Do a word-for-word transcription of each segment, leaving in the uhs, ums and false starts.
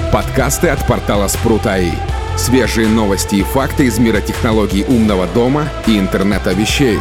Подкасты от портала Спрут.эй. Свежие новости и факты из мира технологий умного дома и интернета вещей.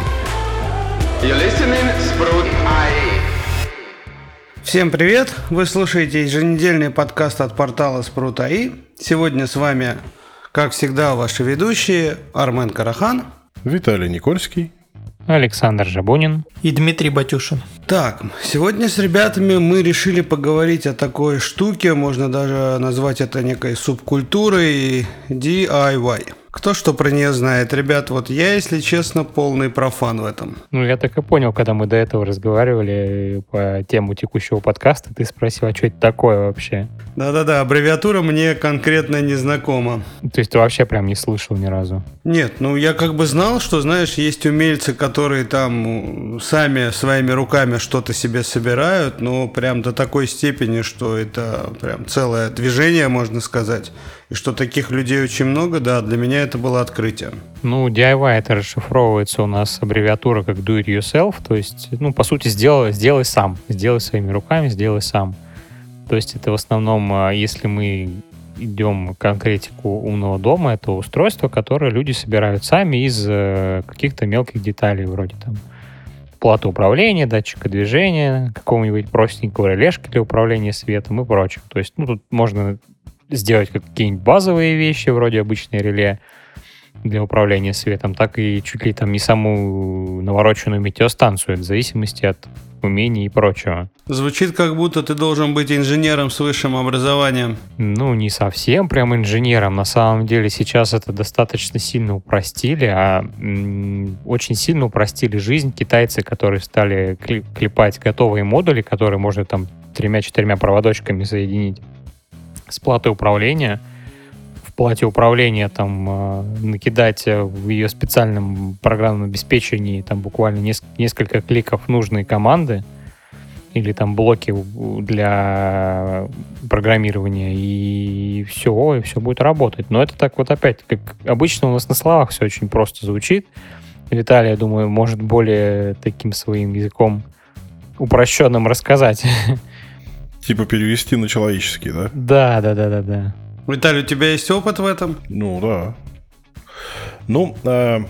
Всем привет! Вы слушаете еженедельный подкаст от портала Спрут.эй. Сегодня с вами, как всегда, ваши ведущие Армен Карахан, Виталий Никольский, Александр Жабунин и Дмитрий Батюшин. Так, сегодня с ребятами мы решили поговорить о такой штуке, можно даже назвать это некой субкультурой ди ай вай. Кто что про нее знает? Ребят, вот я, если честно, полный профан в этом. Ну, я так и понял, когда мы до этого разговаривали по тему текущего подкаста, ты спросил, а что это такое вообще? Да-да-да, аббревиатура мне конкретно не знакома. То есть ты вообще прям не слышал ни разу? Нет, ну я как бы знал, что, знаешь, есть умельцы, которые там сами своими руками что-то себе собирают, но прям до такой степени, что это прям целое движение, можно сказать. И что таких людей очень много, да, для меня это было открытие. Ну, ди ай вай это расшифровывается у нас аббревиатура как do it yourself, то есть, ну, по сути, сделай, сделай сам, сделай своими руками, сделай сам. То есть это в основном, если мы идем конкретику умного дома, это устройство, которое люди собирают сами из каких-то мелких деталей, вроде там платы управления, датчика движения, какого-нибудь простенького релешки для управления светом и прочего. То есть, ну, тут можно сделать какие-нибудь базовые вещи, вроде обычной реле для управления светом, так и чуть ли там не саму навороченную метеостанцию, в зависимости от умений и прочего. Звучит, как будто ты должен быть инженером с высшим образованием. Ну, не совсем прям инженером. На самом деле сейчас это достаточно сильно упростили, а м- очень сильно упростили жизнь китайцы, которые стали клепать готовые модули, которые можно там тремя-четырьмя проводочками соединить с платой управления. В плате управления там э, накидать в ее специальном программном обеспечении там буквально неск- несколько кликов нужной команды или там блоки для программирования, и все, и все будет работать. Но это так вот опять, как обычно у нас на словах все очень просто звучит. Виталий, я думаю, может более таким своим языком упрощенным рассказать. Типа перевести на человеческий, да? Да, да, да, да, да. Виталий, у тебя есть опыт в этом? Ну, да. Ну, а,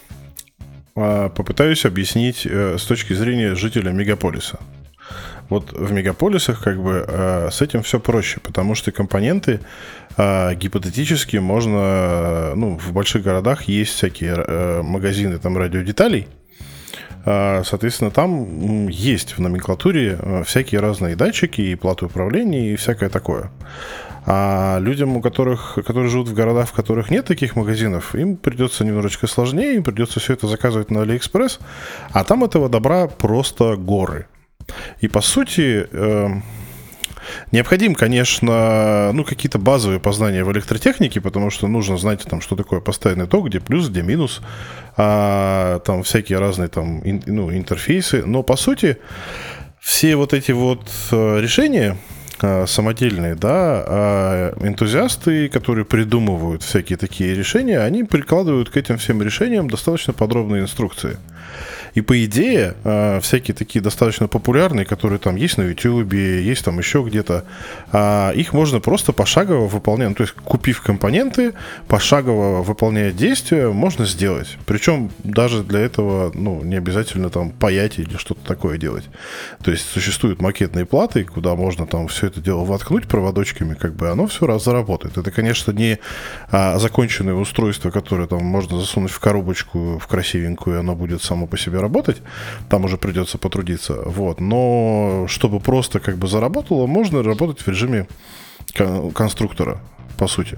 а, попытаюсь объяснить а, с точки зрения жителя мегаполиса. Вот в мегаполисах как бы а, с этим все проще, потому что компоненты а, гипотетически можно, ну, в больших городах есть всякие а, магазины там радиодеталей. Соответственно, там есть в номенклатуре всякие разные датчики и платы управления и всякое такое. А людям, у которых, которые живут в городах, в которых нет таких магазинов, им придется немножечко сложнее, им придется все это заказывать на Алиэкспресс, а там этого добра просто горы. И по сути, э, необходим, конечно, ну, какие-то базовые познания в электротехнике, потому что нужно знать, там, что такое постоянный ток, где плюс, где минус, а, там всякие разные там, ин, ну, интерфейсы. Но по сути, все вот эти вот решения самодельные, да, энтузиасты, которые придумывают всякие такие решения, они прикладывают к этим всем решениям достаточно подробные инструкции. И по идее, всякие такие достаточно популярные, которые там есть на YouTube, есть там еще где-то, их можно просто пошагово выполнять. Ну, то есть, купив компоненты, пошагово выполняя действия, можно сделать. Причем даже для этого, ну, не обязательно там паять или что-то такое делать. То есть существуют макетные платы, куда можно там все это дело воткнуть проводочками, как бы оно все раз заработает. Это, конечно, не а, законченное устройство, которое там можно засунуть в коробочку, в красивенькую, и оно будет само по себе работать, там уже придется потрудиться, вот, но чтобы просто как бы заработало, можно работать в режиме кон- конструктора, по сути.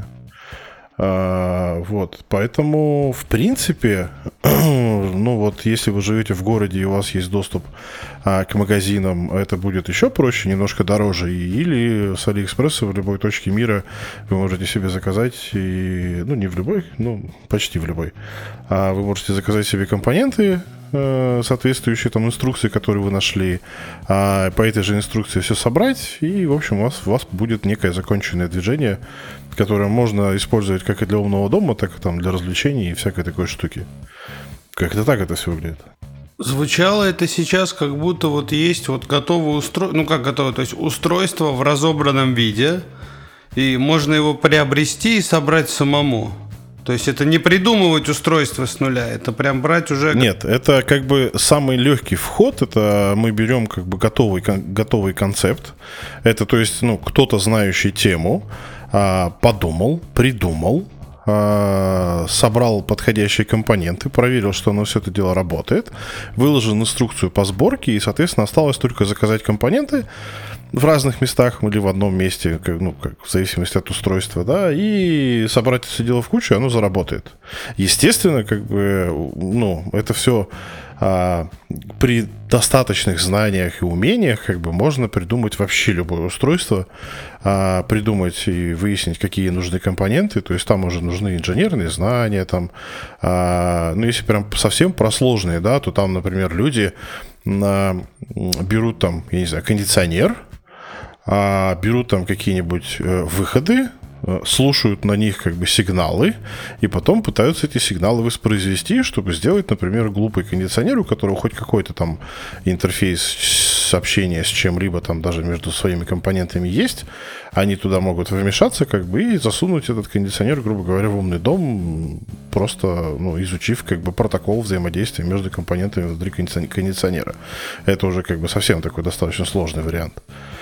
А, вот, поэтому, в принципе, ну вот, если вы живете в городе и у вас есть доступ а, к магазинам, это будет еще проще, немножко дороже, или с Алиэкспресса в любой точке мира вы можете себе заказать, и, ну, не в любой, ну, почти в любой, а вы можете заказать себе компоненты, соответствующие там инструкции, которые вы нашли, а по этой же инструкции все собрать, и, в общем, у вас, у вас будет некое законченное движение, которое можно использовать как и для умного дома, так и там для развлечений и всякой такой штуки. Как-то так это все выглядит. Звучало это сейчас, как будто вот есть вот готовое устройство, ну как готовое, то есть устройство в разобранном виде, и можно его приобрести и собрать самому. То есть это не придумывать устройство с нуля, это прям брать уже... Нет, это как бы самый легкий вход, это мы берем как бы готовый, готовый концепт. Это, то есть, ну, кто-то, знающий тему, подумал, придумал, собрал подходящие компоненты, проверил, что оно все это дело работает, выложил инструкцию по сборке, и, соответственно, осталось только заказать компоненты в разных местах или в одном месте, ну, как, в зависимости от устройства, да, и собрать это дело в кучу, и оно заработает. Естественно, как бы, ну, это все а, при достаточных знаниях и умениях, как бы, можно придумать вообще любое устройство, а, придумать и выяснить, какие нужны компоненты, то есть там уже нужны инженерные знания, там, а, ну, если прям совсем про сложные, да, то там, например, люди а, берут там, я не знаю, кондиционер, А берут там какие-нибудь выходы, слушают на них как бы сигналы, и потом пытаются эти сигналы воспроизвести, чтобы сделать, например, глупый кондиционер, у которого хоть какой-то там интерфейс сообщения с чем-либо там даже между своими компонентами есть, они туда могут вмешаться как бы и засунуть этот кондиционер, грубо говоря, в умный дом, просто, ну, изучив как бы протокол взаимодействия между компонентами внутри кондиционера. Это уже как бы совсем такой достаточно сложный вариант.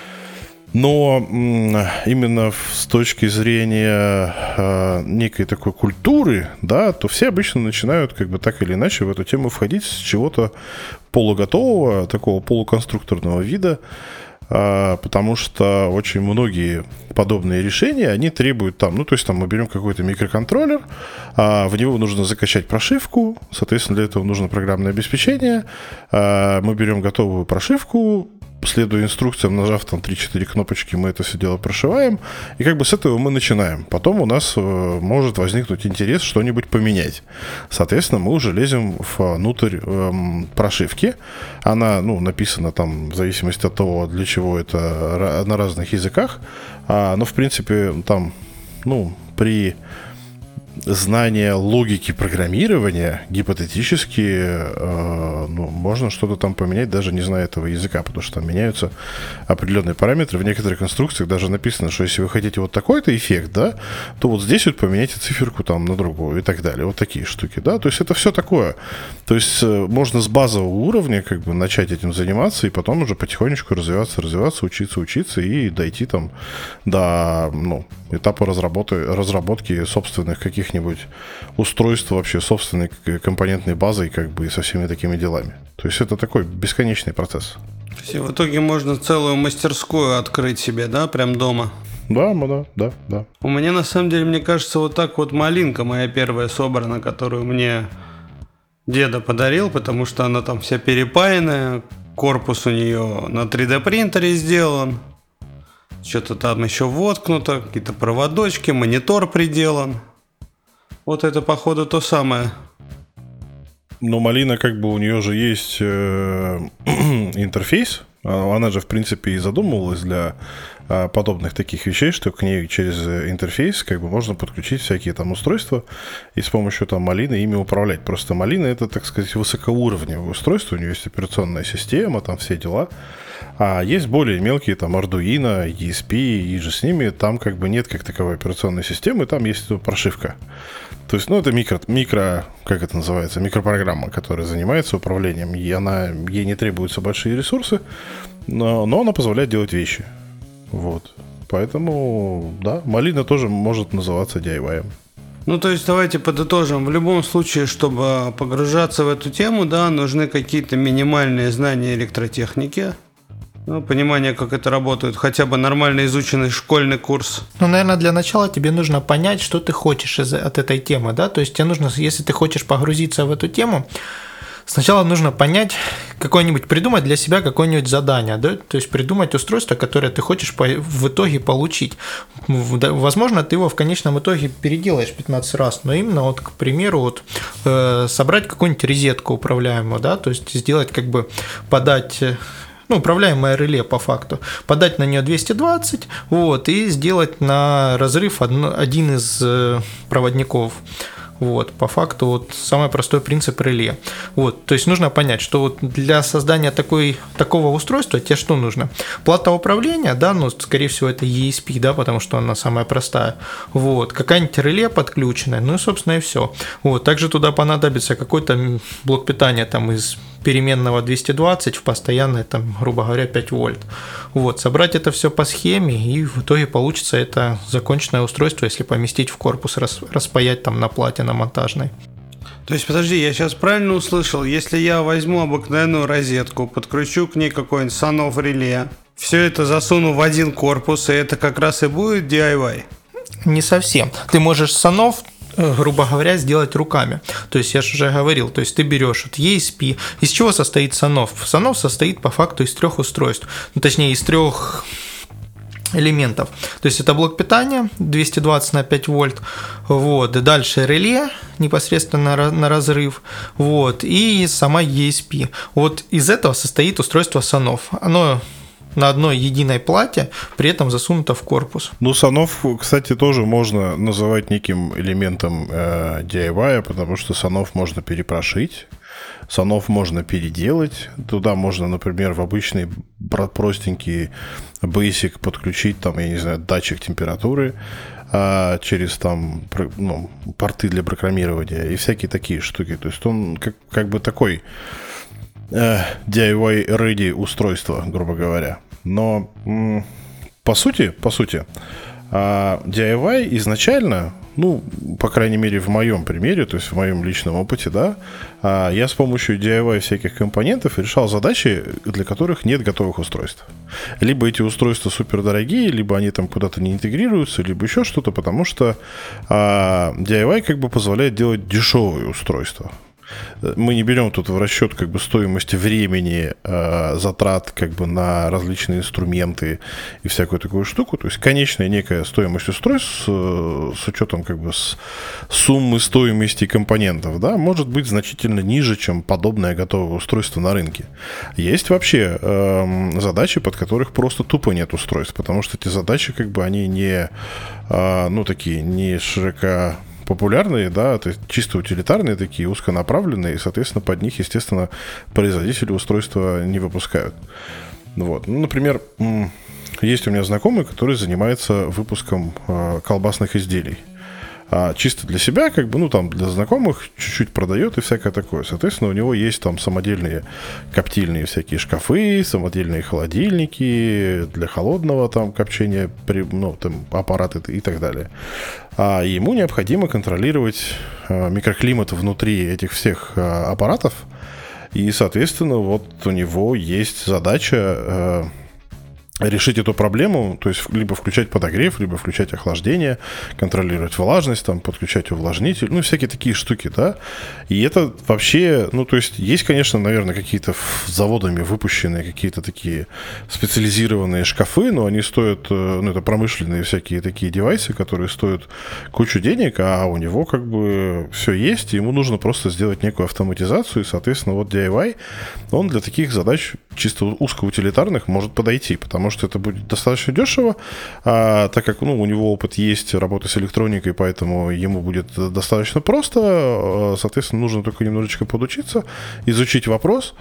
Но именно с точки зрения э, некой такой культуры, да, то все обычно начинают как бы так или иначе в эту тему входить с чего-то полуготового, такого полуконструкторного вида, э, потому что очень многие подобные решения, они требуют там, ну, то есть там мы берем какой-то микроконтроллер, э, в него нужно закачать прошивку, соответственно, для этого нужно программное обеспечение, э, мы берем готовую прошивку, следуя инструкциям, нажав там три-четыре кнопочки, мы это все дело прошиваем, и как бы с этого мы начинаем. Потом у нас э, может возникнуть интерес что-нибудь поменять. Соответственно, мы уже лезем внутрь э, прошивки. Она, ну, написана там в зависимости от того, для чего это, на разных языках. А, но, в принципе, там, ну, при знание логики программирования гипотетически э, ну, можно что-то там поменять, даже не зная этого языка, потому что там меняются определенные параметры. В некоторых конструкциях даже написано, что если вы хотите вот такой-то эффект, да, то вот здесь вот поменяйте циферку там на другую и так далее. Вот такие штуки, да. То есть это все такое. То есть э, можно с базового уровня как бы начать этим заниматься и потом уже потихонечку развиваться, развиваться, учиться, учиться и дойти там до, ну, этапа разработки, разработки собственных каких нибудь устройств вообще собственной компонентной базой как бы и со всеми такими делами. То есть это такой бесконечный процесс. То есть в итоге можно целую мастерскую открыть себе, да, прям дома? Да, да, да, да. У меня на самом деле, мне кажется, вот так вот малинка моя первая собрана, которую мне деда подарил, потому что она там вся перепаянная, корпус у нее на три дэ принтере сделан, что-то там еще воткнуто, какие-то проводочки, монитор приделан. Вот это, походу, то самое. Но малина, как бы, у нее же есть э, интерфейс. Она же, в принципе, и задумывалась для э, подобных таких вещей, что к ней через интерфейс как бы можно подключить всякие там устройства и с помощью там малины ими управлять. Просто малина — это, так сказать, высокоуровневое устройство. У нее есть операционная система, там все дела. А есть более мелкие, там, Arduino, и эс пи, и же с ними там как бы нет как таковой операционной системы, там есть прошивка. То есть, ну, это микро, микро, как это называется, микропрограмма, которая занимается управлением, и она, ей не требуются большие ресурсы, но, но она позволяет делать вещи. Вот. Поэтому, да, малина тоже может называться ди ай вай. Ну, то есть, давайте подытожим. В любом случае, чтобы погружаться в эту тему, да, нужны какие-то минимальные знания электротехники, ну, понимание, как это работает, хотя бы нормально изученный школьный курс. Ну, наверное, для начала тебе нужно понять, что ты хочешь из- от этой темы, да, то есть тебе нужно, если ты хочешь погрузиться в эту тему, сначала нужно понять, какое-нибудь, придумать для себя какое-нибудь задание, да, то есть придумать устройство, которое ты хочешь по- в итоге получить. Возможно, ты его в конечном итоге переделаешь пятнадцать раз, но именно вот, к примеру, вот, э, собрать какую-нибудь розетку управляемую, да, то есть сделать, как бы, подать... ну, управляемое реле по факту, подать на нее двести двадцать, вот, и сделать на разрыв один из проводников. Вот, по факту вот самый простой принцип реле. Вот, то есть нужно понять, что вот для создания такой, такого устройства тебе что нужно? Плата управления, да, ну, скорее всего, это и эс пи, да, потому что она самая простая. Вот, какая-нибудь реле подключенная, ну и, собственно, и все. Вот, также туда понадобится какой-то блок питания там из переменного двести двадцать в постоянное, там, грубо говоря, пять вольт. Вот, собрать это все по схеме, и в итоге получится это законченное устройство, если поместить в корпус, распаять там на плате, на монтажной. То есть, подожди, я сейчас правильно услышал, если я возьму обыкновенную розетку, подключу к ней какой-нибудь сан-офф реле, все это засуну в один корпус, и это как раз и будет ди ай вай? Не совсем. Ты можешь сан-офф, грубо говоря, сделать руками. То есть я же уже говорил, то есть ты берешь вот и эс пи. Из чего состоит сан-офф? сан-офф состоит по факту из трех устройств, ну, точнее из трех элементов. То есть это блок питания двести двадцать на пять вольт, вот, и дальше реле непосредственно на, на разрыв, вот, и сама и эс пи. Вот из этого состоит устройство сан-офф. Оно на одной единой плате, при этом засунуто в корпус. Ну, сан-офф, кстати, тоже можно называть неким элементом э, ди ай вай, потому что сан-офф можно перепрошить, сан-офф можно переделать. Туда можно, например, в обычный простенький Basic подключить, там, я не знаю, датчик температуры а, через там, ну, порты для программирования и всякие такие штуки. То есть он как, как бы такой э, ди ай вай-ready устройство, грубо говоря. Но м- по сути, по сути, э, ди ай вай изначально, ну, по крайней мере, в моем примере, то есть в моем личном опыте, да, я с помощью ди ай вай всяких компонентов решал задачи, для которых нет готовых устройств. Либо эти устройства супердорогие, либо они там куда-то не интегрируются, либо еще что-то, потому что ди ай вай как бы позволяет делать дешевые устройства. Мы не берем тут в расчет как бы стоимость времени, э, затрат как бы на различные инструменты и всякую такую штуку. То есть конечная некая стоимость устройств с, с учетом как бы с суммы стоимости компонентов, да, может быть значительно ниже, чем подобное готовое устройство на рынке. Есть вообще э, задачи, под которых просто тупо нет устройств, потому что эти задачи как бы они не, э, ну такие не широко популярные, да, то есть чисто утилитарные такие, узконаправленные, и, соответственно, под них, естественно, производители устройства не выпускают. Вот. Ну, например, есть у меня знакомый, который занимается выпуском э, колбасных изделий. А чисто для себя, как бы, ну, там, для знакомых чуть-чуть продает и всякое такое. Соответственно, у него есть там самодельные коптильные всякие шкафы, самодельные холодильники для холодного там копчения, ну, там, аппараты и так далее. А ему необходимо контролировать а, микроклимат внутри этих всех а, аппаратов. И, соответственно, вот у него есть задача а, решить эту проблему, то есть либо включать подогрев, либо включать охлаждение, контролировать влажность, там, подключать увлажнитель, ну, всякие такие штуки, да. И это вообще, ну, то есть есть, конечно, наверное, какие-то заводами выпущенные какие-то такие специализированные шкафы, но они стоят, ну, это промышленные всякие такие девайсы, которые стоят кучу денег, а у него как бы все есть, и ему нужно просто сделать некую автоматизацию, и, соответственно, вот ди ай вай, он для таких задач чисто узкоутилитарных может подойти, потому что это будет достаточно дешево, а, так как, ну, у него опыт есть работы с электроникой, поэтому ему будет достаточно просто, соответственно, нужно только немножечко подучиться, изучить вопрос,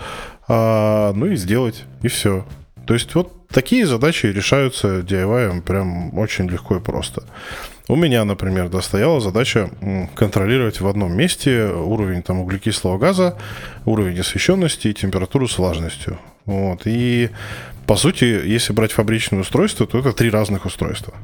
а, ну и сделать, и все. То есть вот такие задачи решаются ди ай вай прям очень легко и просто. У меня, например, да, стояла задача контролировать в одном месте уровень там углекислого газа, уровень освещенности и температуру с влажностью. Вот. И, по сути, если брать фабричное устройство, то это три разных устройства.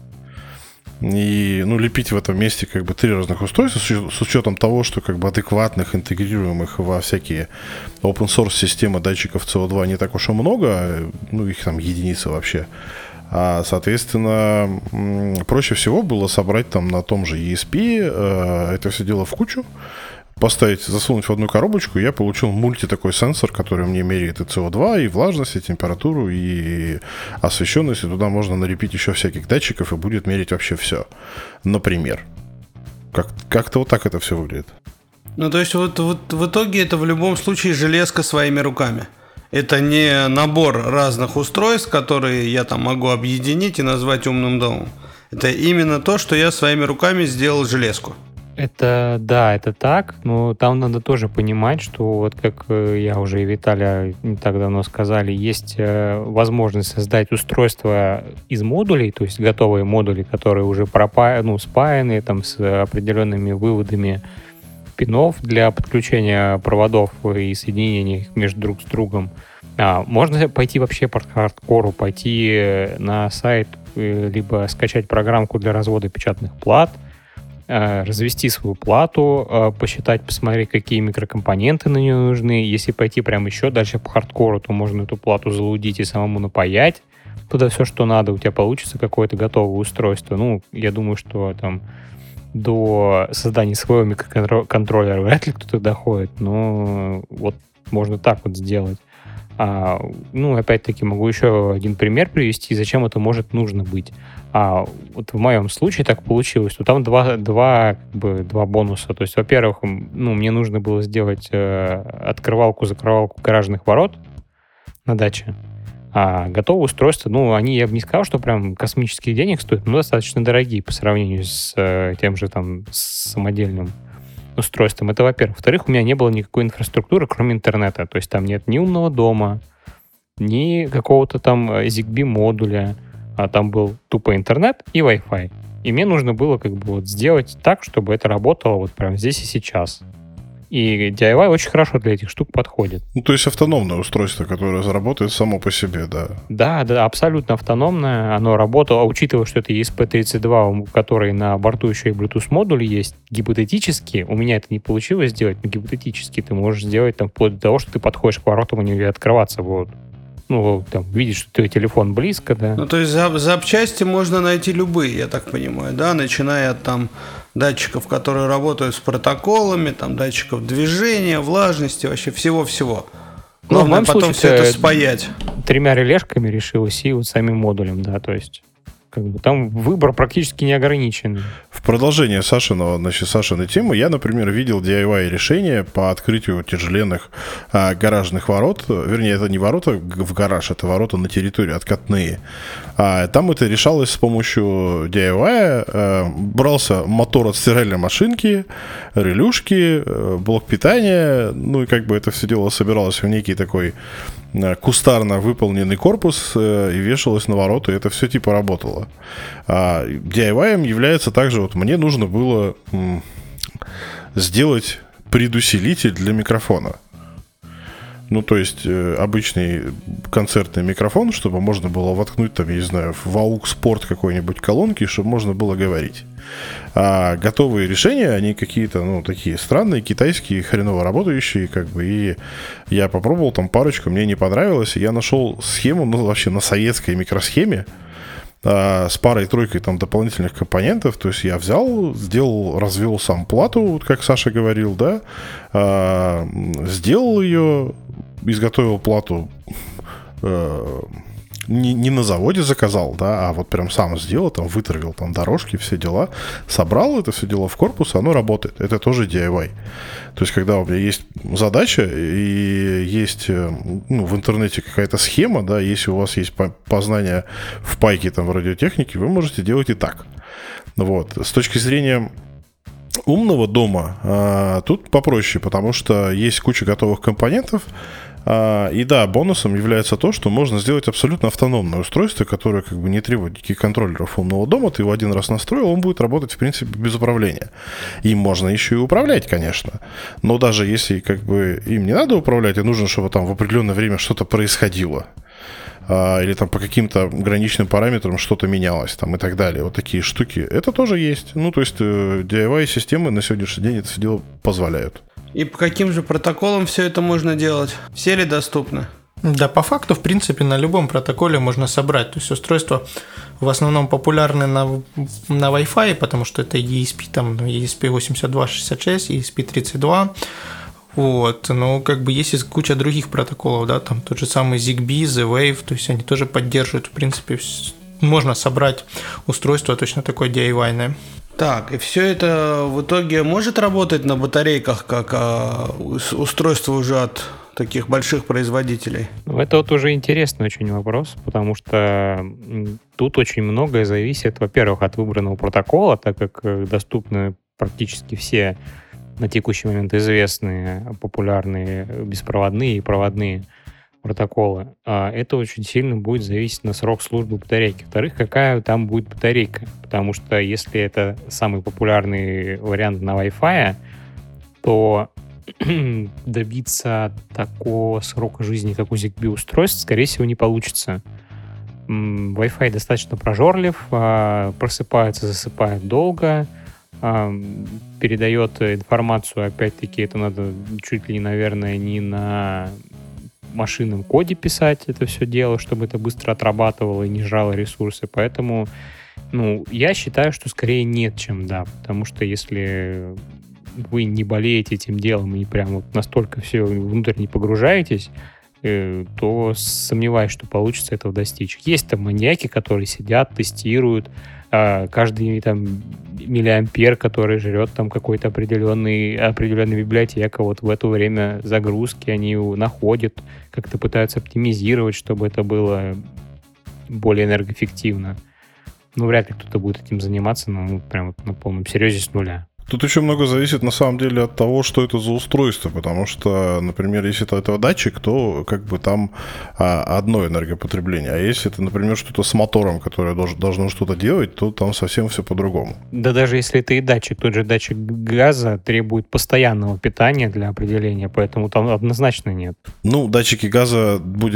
И, ну, лепить в этом месте как бы три разных устройства с учетом того, что как бы адекватных, интегрируемых во всякие open source системы датчиков си о два не так уж и много, ну, их там единицы вообще. А, соответственно, проще всего было собрать там на том же и эс пи э, это все дело в кучу, поставить, засунуть в одну коробочку, и я получил мульти такой сенсор, который мне меряет и си о два, и влажность, и температуру, и освещенность, и туда можно налепить еще всяких датчиков, и будет мерить вообще все. Например. Как, как-то вот так это все выглядит. Ну, то есть вот, вот в итоге это в любом случае железка своими руками. Это не набор разных устройств, которые я там могу объединить и назвать умным домом. Это именно то, что я своими руками сделал железку. Это, да, это так, но там надо тоже понимать, что вот как я уже и Виталия не так давно сказали, есть возможность создать устройство из модулей, то есть готовые модули, которые уже пропа- ну, спаяны там, с определенными выводами пинов для подключения проводов и соединения их между друг с другом. А, можно пойти вообще по хардкору, пойти на сайт, либо скачать программку для развода печатных плат, развести свою плату, посчитать, посмотреть, какие микрокомпоненты на нее нужны. Если пойти прямо еще дальше по хардкору, то можно эту плату залудить и самому напаять туда все, что надо. У тебя получится какое-то готовое устройство. Ну, я думаю, что там до создания своего микроконтроллера вряд ли кто-то доходит, но вот можно так вот сделать. А, ну, опять-таки, могу еще один пример привести, зачем это может нужно быть. А вот в моем случае так получилось, что там два, два, как бы, два бонуса. То есть, во-первых, ну, мне нужно было сделать э, открывалку-закрывалку гаражных ворот на даче. А готовые устройства, ну, они, я бы не сказал, что прям космических денег стоят, но достаточно дорогие по сравнению с э, тем же там с самодельным устройством. Это, во-первых. Во-вторых, у меня не было никакой инфраструктуры, кроме интернета. То есть там нет ни умного дома, ни какого-то там Zigbee модуля, а там был тупо интернет и Wi-Fi. И мне нужно было как бы вот сделать так, чтобы это работало вот прямо здесь и сейчас. И ди ай вай очень хорошо для этих штук подходит. Ну, то есть автономное устройство, которое заработает само по себе, да? Да, да, абсолютно автономное. Оно работало, учитывая, что это и эс пи тридцать два, у которой на борту еще и Bluetooth модуль есть, гипотетически, у меня это не получилось сделать, но гипотетически ты можешь сделать там вплоть до того, что ты подходишь к воротам, они открываться будут. Ну, там, видишь, что твой телефон близко, да. Ну, то есть за, запчасти можно найти любые, я так понимаю, да, начиная от там датчиков, которые работают с протоколами, там, датчиков движения, влажности, вообще всего-всего. Главное, ну, потом все это спаять. Тремя релешками решилось и вот самим модулем, да, то есть как бы там выбор практически не ограничен. В продолжение Сашиного, значит, Сашиной темы, я, например, видел ди ай вай решения по открытию тяжеленных а, гаражных ворот. Вернее, это не ворота в гараж, это ворота на территории, откатные. А, там это решалось с помощью ди ай вай. А, брался мотор от стиральной машинки, релюшки, блок питания. Ну и как бы это все дело собиралось в некий такой кустарно выполненный корпус и вешалось на ворота, и это все типа работало. А ди ай вай является также, вот мне нужно было м, сделать предусилитель для микрофона. Ну, то есть э, обычный концертный микрофон, чтобы можно было воткнуть там, я не знаю, в эй ю экс порт какой-нибудь колонки, чтобы можно было говорить. А готовые решения, они какие-то, ну, такие странные, китайские, хреново работающие, как бы, и я попробовал там парочку, мне не понравилось, и я нашел схему, ну, вообще на советской микросхеме, а, с парой-тройкой там дополнительных компонентов. То есть я взял, сделал, развел сам плату, вот как Саша говорил, да, а, сделал ее, изготовил плату, а, не, не на заводе заказал, да, а вот прям сам сделал, там вытравил там дорожки, все дела, собрал это все дело в корпус, оно работает. Это тоже ди ай вай. То есть, когда у меня есть задача и есть, ну, в интернете какая-то схема, да, если у вас есть познание в пайке там в радиотехнике, вы можете делать и так. Вот. С точки зрения умного дома а, тут попроще, потому что есть куча готовых компонентов. А, и да, бонусом является то, что можно сделать абсолютно автономное устройство, которое как бы не требует никаких контроллеров умного дома. Ты его один раз настроил, он будет работать, в принципе, без управления. Им можно еще и управлять, конечно. Но даже если как бы им не надо управлять, и нужно, чтобы там в определенное время что-то происходило, а, или там по каким-то граничным параметрам что-то менялось там, и так далее. Вот такие штуки. Это тоже есть. Ну, то есть ди ай вай-системы на сегодняшний день это все дело позволяют. И по каким же протоколам все это можно делать? Все ли доступны? Да, по факту, в принципе, на любом протоколе можно собрать. То есть устройства в основном популярны на, на Wi-Fi, потому что это и эс пи, там, и эс пи восемьдесят два шестьдесят шесть, и эс пи тридцать два. Вот, но как бы есть куча других протоколов, да, там тот же самый Zigbee, Z-Wave, то есть они тоже поддерживают, в принципе, можно собрать устройство точно такое ди ай вай-ное. Так, и все это в итоге может работать на батарейках, как а, устройство уже от таких больших производителей? Это вот уже интересный очень вопрос, потому что тут очень многое зависит, во-первых, от выбранного протокола, так как доступны практически все на текущий момент известные, популярные беспроводные и проводные протоколы, это очень сильно будет зависеть на срок службы батарейки. Во-вторых, какая там будет батарейка. Потому что если это самый популярный вариант на Wi-Fi, то добиться такого срока жизни, как у Zigbee устройств, скорее всего, не получится. Wi-Fi достаточно прожорлив, просыпается, засыпает долго, передает информацию, опять-таки, это надо чуть ли, наверное, не на машинном коде писать это все дело, чтобы это быстро отрабатывало и не жрало ресурсы. Поэтому, ну, я считаю, что скорее нет, чем да. Потому что если вы не болеете этим делом и прям вот настолько все внутрь не погружаетесь, э, то сомневаюсь, что получится этого достичь. Есть там маньяки, которые сидят, тестируют, э, каждый там миллиампер, который жрет там какой-то определенный, определенная библиотека, вот в это время загрузки они находят, как-то пытаются оптимизировать, чтобы это было более энергоэффективно. Ну, вряд ли кто-то будет этим заниматься, ну, прям на полном серьезе с нуля. Тут еще много зависит, на самом деле, от того, что это за устройство, потому что, например, если это, это датчик, то как бы там а, одно энергопотребление, а если это, например, что-то с мотором, которое долж, должно что-то делать, то там совсем все по-другому. Да даже если это и датчик, тот же датчик газа требует постоянного питания для определения, поэтому там однозначно нет. Ну, датчики газа,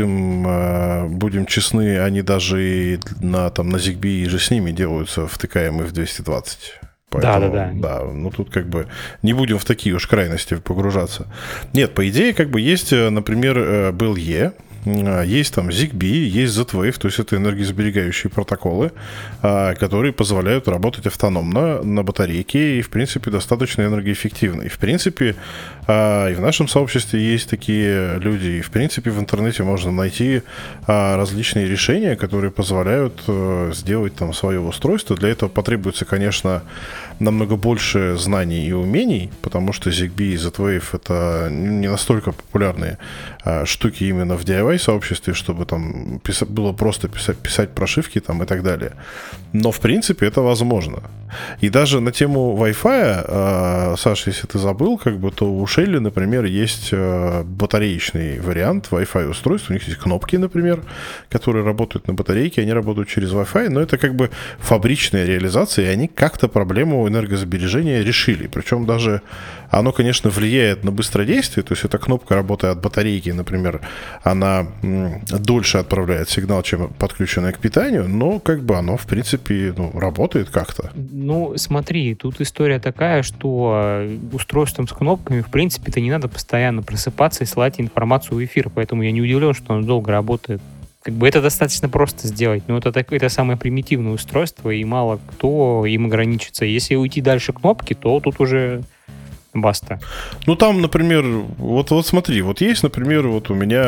будем, будем честны, они даже и на, там, на Zigbee же с ними делаются втыкаемые в двести двадцать. Поэтому, да, да, да. Да, ну тут как бы не будем в такие уж крайности погружаться. Нет, по идее, как бы есть, например, би эл и, есть там Zigbee, есть Z-Wave, то есть это энергосберегающие протоколы, которые позволяют работать автономно на батарейке и, в принципе, достаточно энергоэффективно. И, в принципе, и в нашем сообществе есть такие люди, и, в принципе, в интернете можно найти различные решения, которые позволяют сделать там свое устройство. Для этого потребуется, конечно, намного больше знаний и умений, потому что Zigbee и Z-Wave — это не настолько популярные штуки именно в ди ай вай сообществе, чтобы там писать, было просто писать, писать прошивки там и так далее. Но, в принципе, это возможно. И даже на тему Wi-Fi, э, Саша, если ты забыл, как бы, то у Shelly, например, есть э, батареечный вариант Wi-Fi устройств. У них есть кнопки, например, которые работают на батарейке, они работают через Wi-Fi, но это как бы фабричная реализация, и они как-то проблему энергосбережения решили. Причем даже оно, конечно, влияет на быстродействие, то есть эта кнопка, работая от батарейки, например, она м, дольше отправляет сигнал, чем подключенная к питанию, но как бы оно, в принципе, ну, работает как-то. Ну, смотри, тут история такая, что устройством с кнопками, в принципе-то, не надо постоянно просыпаться и слать информацию в эфир, поэтому я не удивлен, что оно долго работает. Как бы это достаточно просто сделать, но это, так, это самое примитивное устройство, и мало кто им ограничится. Если уйти дальше кнопки, то тут уже баста. Ну, там, например, вот, вот смотри, вот есть, например, вот у меня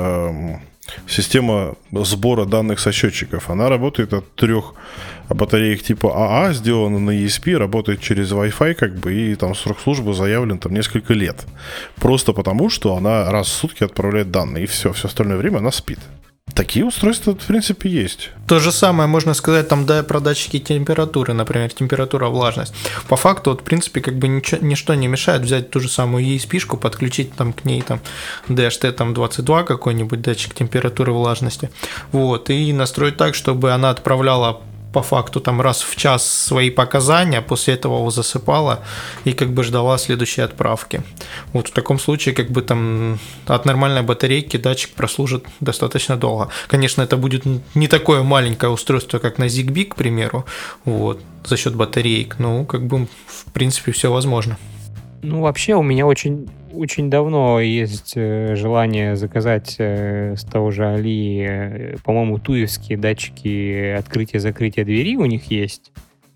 э, система сбора данных со счетчиков. Она работает от трех батареек типа АА, сделана на и эс пи, работает через Wi-Fi, как бы, и там срок службы заявлен там несколько лет. Просто потому, что она раз в сутки отправляет данные, и все, все остальное время она спит. Такие устройства, в принципе, есть. То же самое можно сказать там, да, про датчики температуры, например, температура, влажность. По факту, вот, в принципе, как бы ничего, ничто не мешает взять ту же самую и эс пи-шку, подключить там к ней там ди эйч ти двадцать два какой-нибудь датчик температуры, влажности, вот, и настроить так, чтобы она отправляла по факту там раз в час свои показания, после этого его засыпала и как бы ждала следующей отправки. Вот в таком случае как бы там от нормальной батарейки датчик прослужит достаточно долго. Конечно, это будет не такое маленькое устройство, как на Zigbee, к примеру, вот, за счет батареек, но как бы в принципе все возможно. Ну, вообще у меня очень, очень давно есть желание заказать с того же Али, по-моему, туевские датчики открытия-закрытия двери у них есть,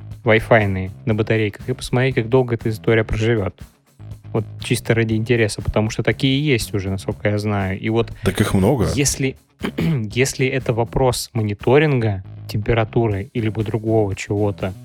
Wi-Fi на батарейках, и посмотреть, как долго эта история проживет. Вот чисто ради интереса, потому что такие есть уже, насколько я знаю. И вот так их много. Если, если это вопрос мониторинга температуры или другого чего-то,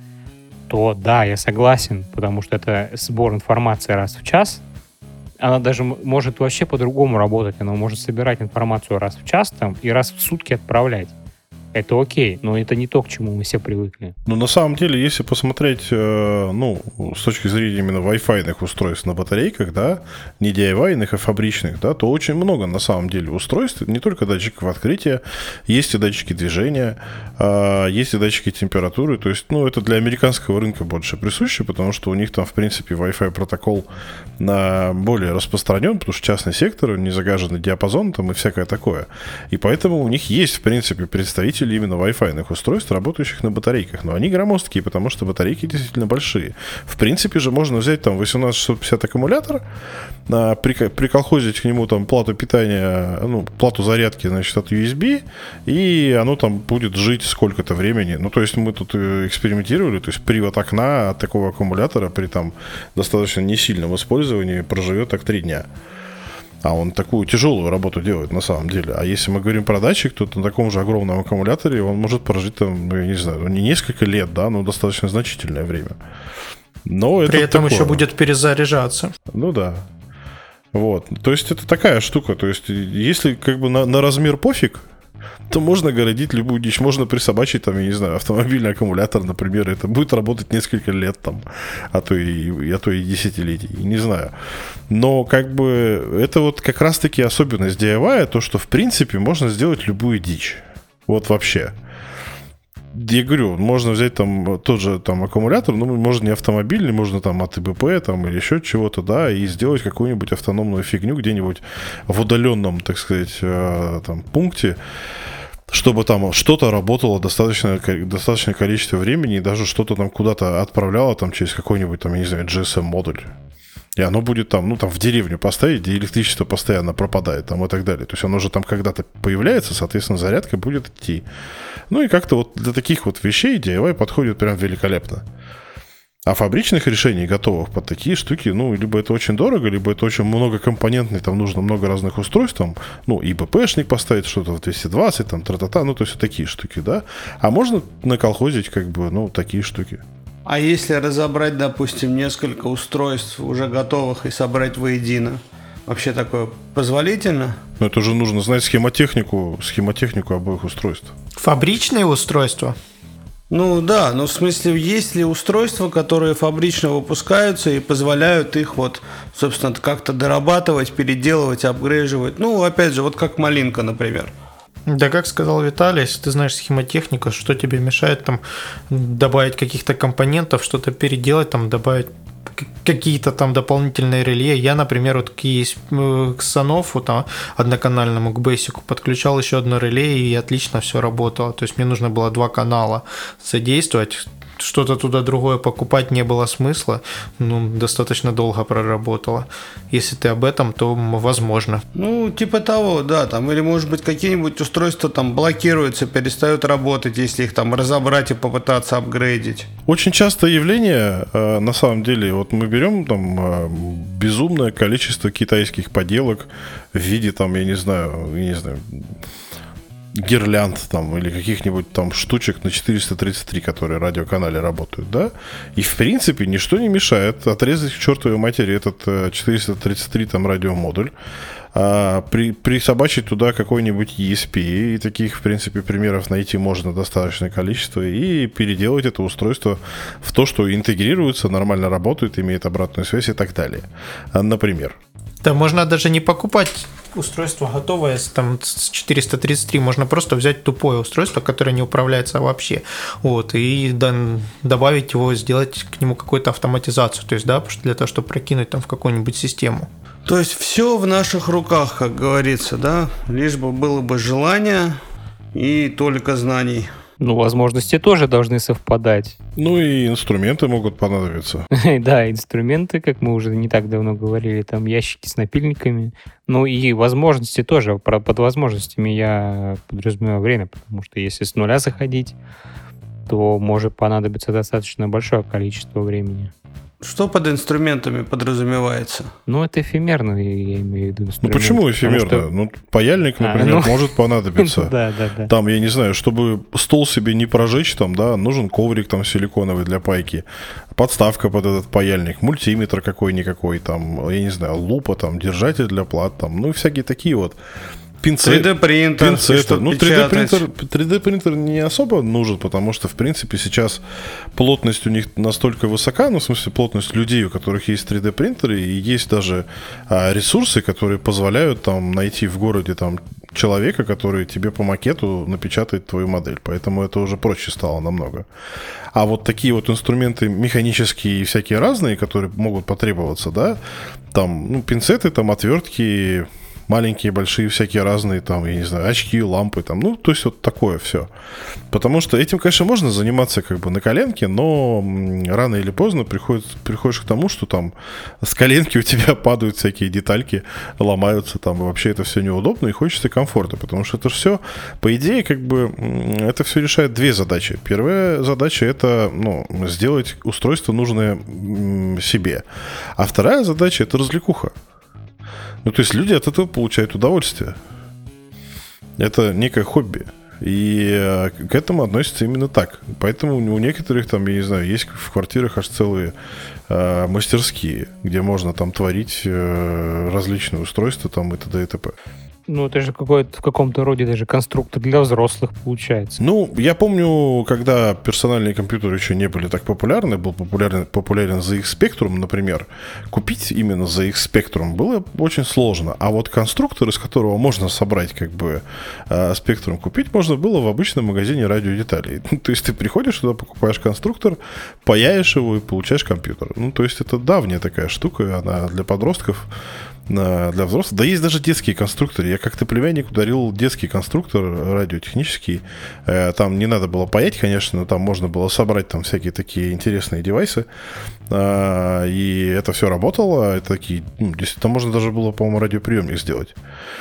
то да, я согласен, потому что это сбор информации раз в час. Она даже может вообще по-другому работать. Она может собирать информацию раз в час там, и раз в сутки отправлять. это окей, но это не то, к чему мы все привыкли. Ну, на самом деле, если посмотреть, ну, с точки зрения именно Wi-Fi-ных устройств на батарейках, да, не ди ай вай-ных, а фабричных, да, то очень много, на самом деле, устройств, не только датчиков открытия, есть и датчики движения, есть и датчики температуры, то есть, ну, это для американского рынка больше присуще, потому что у них там, в принципе, Wi-Fi протокол более распространен, потому что частный сектор, незагаженный диапазон там и всякое такое. И поэтому у них есть, в принципе, представители именно Wi-Fi-ных устройств, работающих на батарейках. Но они громоздкие, потому что батарейки действительно большие. В принципе же можно взять там восемнадцать шестьсот пятьдесят аккумулятор, приколхозить к нему там плату питания, ну, плату зарядки, значит, от ю эс би, и оно там будет жить сколько-то времени. Ну, то есть мы тут экспериментировали, то есть привод окна от такого аккумулятора при там достаточно несильном использовании проживет так три дня. А он такую тяжелую работу делает на самом деле. А если мы говорим про датчик, то на таком же огромном аккумуляторе он может прожить там, ну, я не знаю, не несколько лет, да, но достаточно значительное время. Но При это этом такое. Еще будет перезаряжаться. Ну да. Вот. То есть это такая штука. То есть если как бы на, на размер пофиг, то можно городить любую дичь. Можно присобачить, там, я не знаю, автомобильный аккумулятор, например. Это будет работать несколько лет, там, а то и, а то и десятилетий. Не знаю. Но как бы это вот как раз-таки особенность ди ай вай, то, что в принципе можно сделать любую дичь. Вот вообще. Я говорю, можно взять там тот же там аккумулятор, ну, можно не автомобильный, можно там от ИБП там, или еще чего-то, да, и сделать какую-нибудь автономную фигню где-нибудь в удаленном, так сказать, там, пункте, чтобы там что-то работало достаточное, достаточное количество времени и даже что-то там куда-то отправляло там через какой-нибудь там, я не знаю, джи эс эм-модуль. И оно будет там, ну, там в деревню поставить, где электричество постоянно пропадает там и так далее. То есть оно же там когда-то появляется, соответственно, зарядка будет идти. Ну и как-то вот для таких вот вещей ди ай вай подходит прям великолепно. А фабричных решений, готовых под такие штуки, ну, либо это очень дорого, либо это очень многокомпонентный, там нужно много разных устройств, там, ну, и ИБПшник поставить что-то в двести двадцать, там, тра-та-та, ну, то есть вот такие штуки, да. А можно наколхозить, как бы, ну, такие штуки. А если разобрать, допустим, несколько устройств уже готовых и собрать воедино, вообще такое позволительно? Ну, это же нужно знать схемотехнику, схемотехнику обоих устройств. Фабричные устройства? Ну да, но в смысле, есть ли устройства, которые фабрично выпускаются и позволяют их вот, собственно, как-то дорабатывать, переделывать, апгрейживать? Ну, опять же, вот как малинка, например. Да, как сказал Виталий, если ты знаешь схемотехнику, что тебе мешает там добавить каких-то компонентов, что-то переделать, там добавить какие-то там дополнительные реле. Я, например, вот к Сонофу, там, одноканальному, к Basic подключал еще одно реле, и отлично все работало. То есть мне нужно было два канала задействовать. Что-то туда другое покупать не было смысла. Ну, достаточно долго проработало. Если ты об этом, то возможно. Ну, типа того, да. Там, или, может быть, какие-нибудь устройства там блокируются, перестают работать, если их там разобрать и попытаться апгрейдить. Очень частое явление, на самом деле, вот мы берем там безумное количество китайских поделок в виде там, я не знаю, я не знаю, гирлянд там или каких-нибудь там штучек на четыреста тридцать три, которые в радиоканале работают, да, и в принципе ничто не мешает отрезать к чертовой матери этот четыреста тридцать три там радиомодуль, а, при, присобачить туда какой-нибудь и эс пи, и таких в принципе примеров найти можно достаточное количество, и переделать это устройство в то, что интегрируется, нормально работает, имеет обратную связь и так далее, например. Да, можно даже не покупать устройство готовое там, с четыреста тридцать три, можно просто взять тупое устройство, которое не управляется вообще, вот, и да, добавить его, сделать к нему какую-то автоматизацию, то есть, да, для того, чтобы прокинуть там в какую-нибудь систему. То есть все в наших руках, как говорится, да, лишь бы было бы желание и только знаний. Ну, возможности тоже должны совпадать. Ну и инструменты могут понадобиться. Да, инструменты, как мы уже не так давно говорили, там ящики с напильниками. Ну и возможности тоже. Под возможностями я подразумеваю время, потому что если с нуля заходить, то может понадобиться достаточно большое количество времени. Что под инструментами подразумевается? Ну, это эфемерно, я имею в виду. Ну, почему эфемерно? Что... Ну, паяльник, например, а, ну... может понадобиться. Да, да, да. Там, я не знаю, чтобы стол себе не прожечь, там, да, нужен коврик там силиконовый для пайки, подставка под этот паяльник, мультиметр какой-никакой, там, я не знаю, лупа, там, держатель для плат, там, ну, всякие такие вот Пинцет, три дэ принтер, пинцеты. Ну, три дэ принтер, три дэ принтер не особо нужен, потому что, в принципе, сейчас плотность у них настолько высока, ну, в смысле, плотность людей, у которых есть три дэ принтеры, и есть даже а, ресурсы, которые позволяют там найти в городе там человека, который тебе по макету напечатает твою модель. Поэтому это уже проще стало намного. А вот такие вот инструменты механические и всякие разные, которые могут потребоваться, да, там, ну, пинцеты, там, отвертки, маленькие, большие, всякие разные, там, я не знаю, очки, лампы, там, ну, то есть вот такое все. Потому что этим, конечно, можно заниматься как бы на коленке, но рано или поздно приходит, приходишь к тому, что там с коленки у тебя падают всякие детальки, ломаются, там, и вообще это все неудобно, и хочется комфорта, потому что это все, по идее, как бы, это все решает две задачи. Первая задача — это, ну, сделать устройство, нужное себе. А вторая задача — это развлекуха. Ну, то есть люди от этого получают удовольствие. Это некое хобби. И к этому относится именно так. Поэтому у некоторых там, я не знаю, есть в квартирах аж целые э, мастерские, где можно там творить э, различные устройства там и т.д. и т.п. Ну, это же какой-то в каком-то роде даже конструктор для взрослых получается. Ну, я помню, когда персональные компьютеры еще не были так популярны, был популярен, популярен зет икс Spectrum, например, купить именно зет икс Spectrum было очень сложно. А вот конструктор, из которого можно собрать как бы Spectrum, купить можно было в обычном магазине радиодеталей. То есть ты приходишь туда, покупаешь конструктор, паяешь его и получаешь компьютер. Ну, то есть это давняя такая штука, она для подростков, для взрослых. Да есть даже детские конструкторы. Я как-то племяннику дарил детский конструктор радиотехнический. Там не надо было паять, конечно, но там можно было собрать там всякие такие интересные девайсы. И это все работало. Это такие, ну, там можно даже было, по-моему, радиоприемник сделать.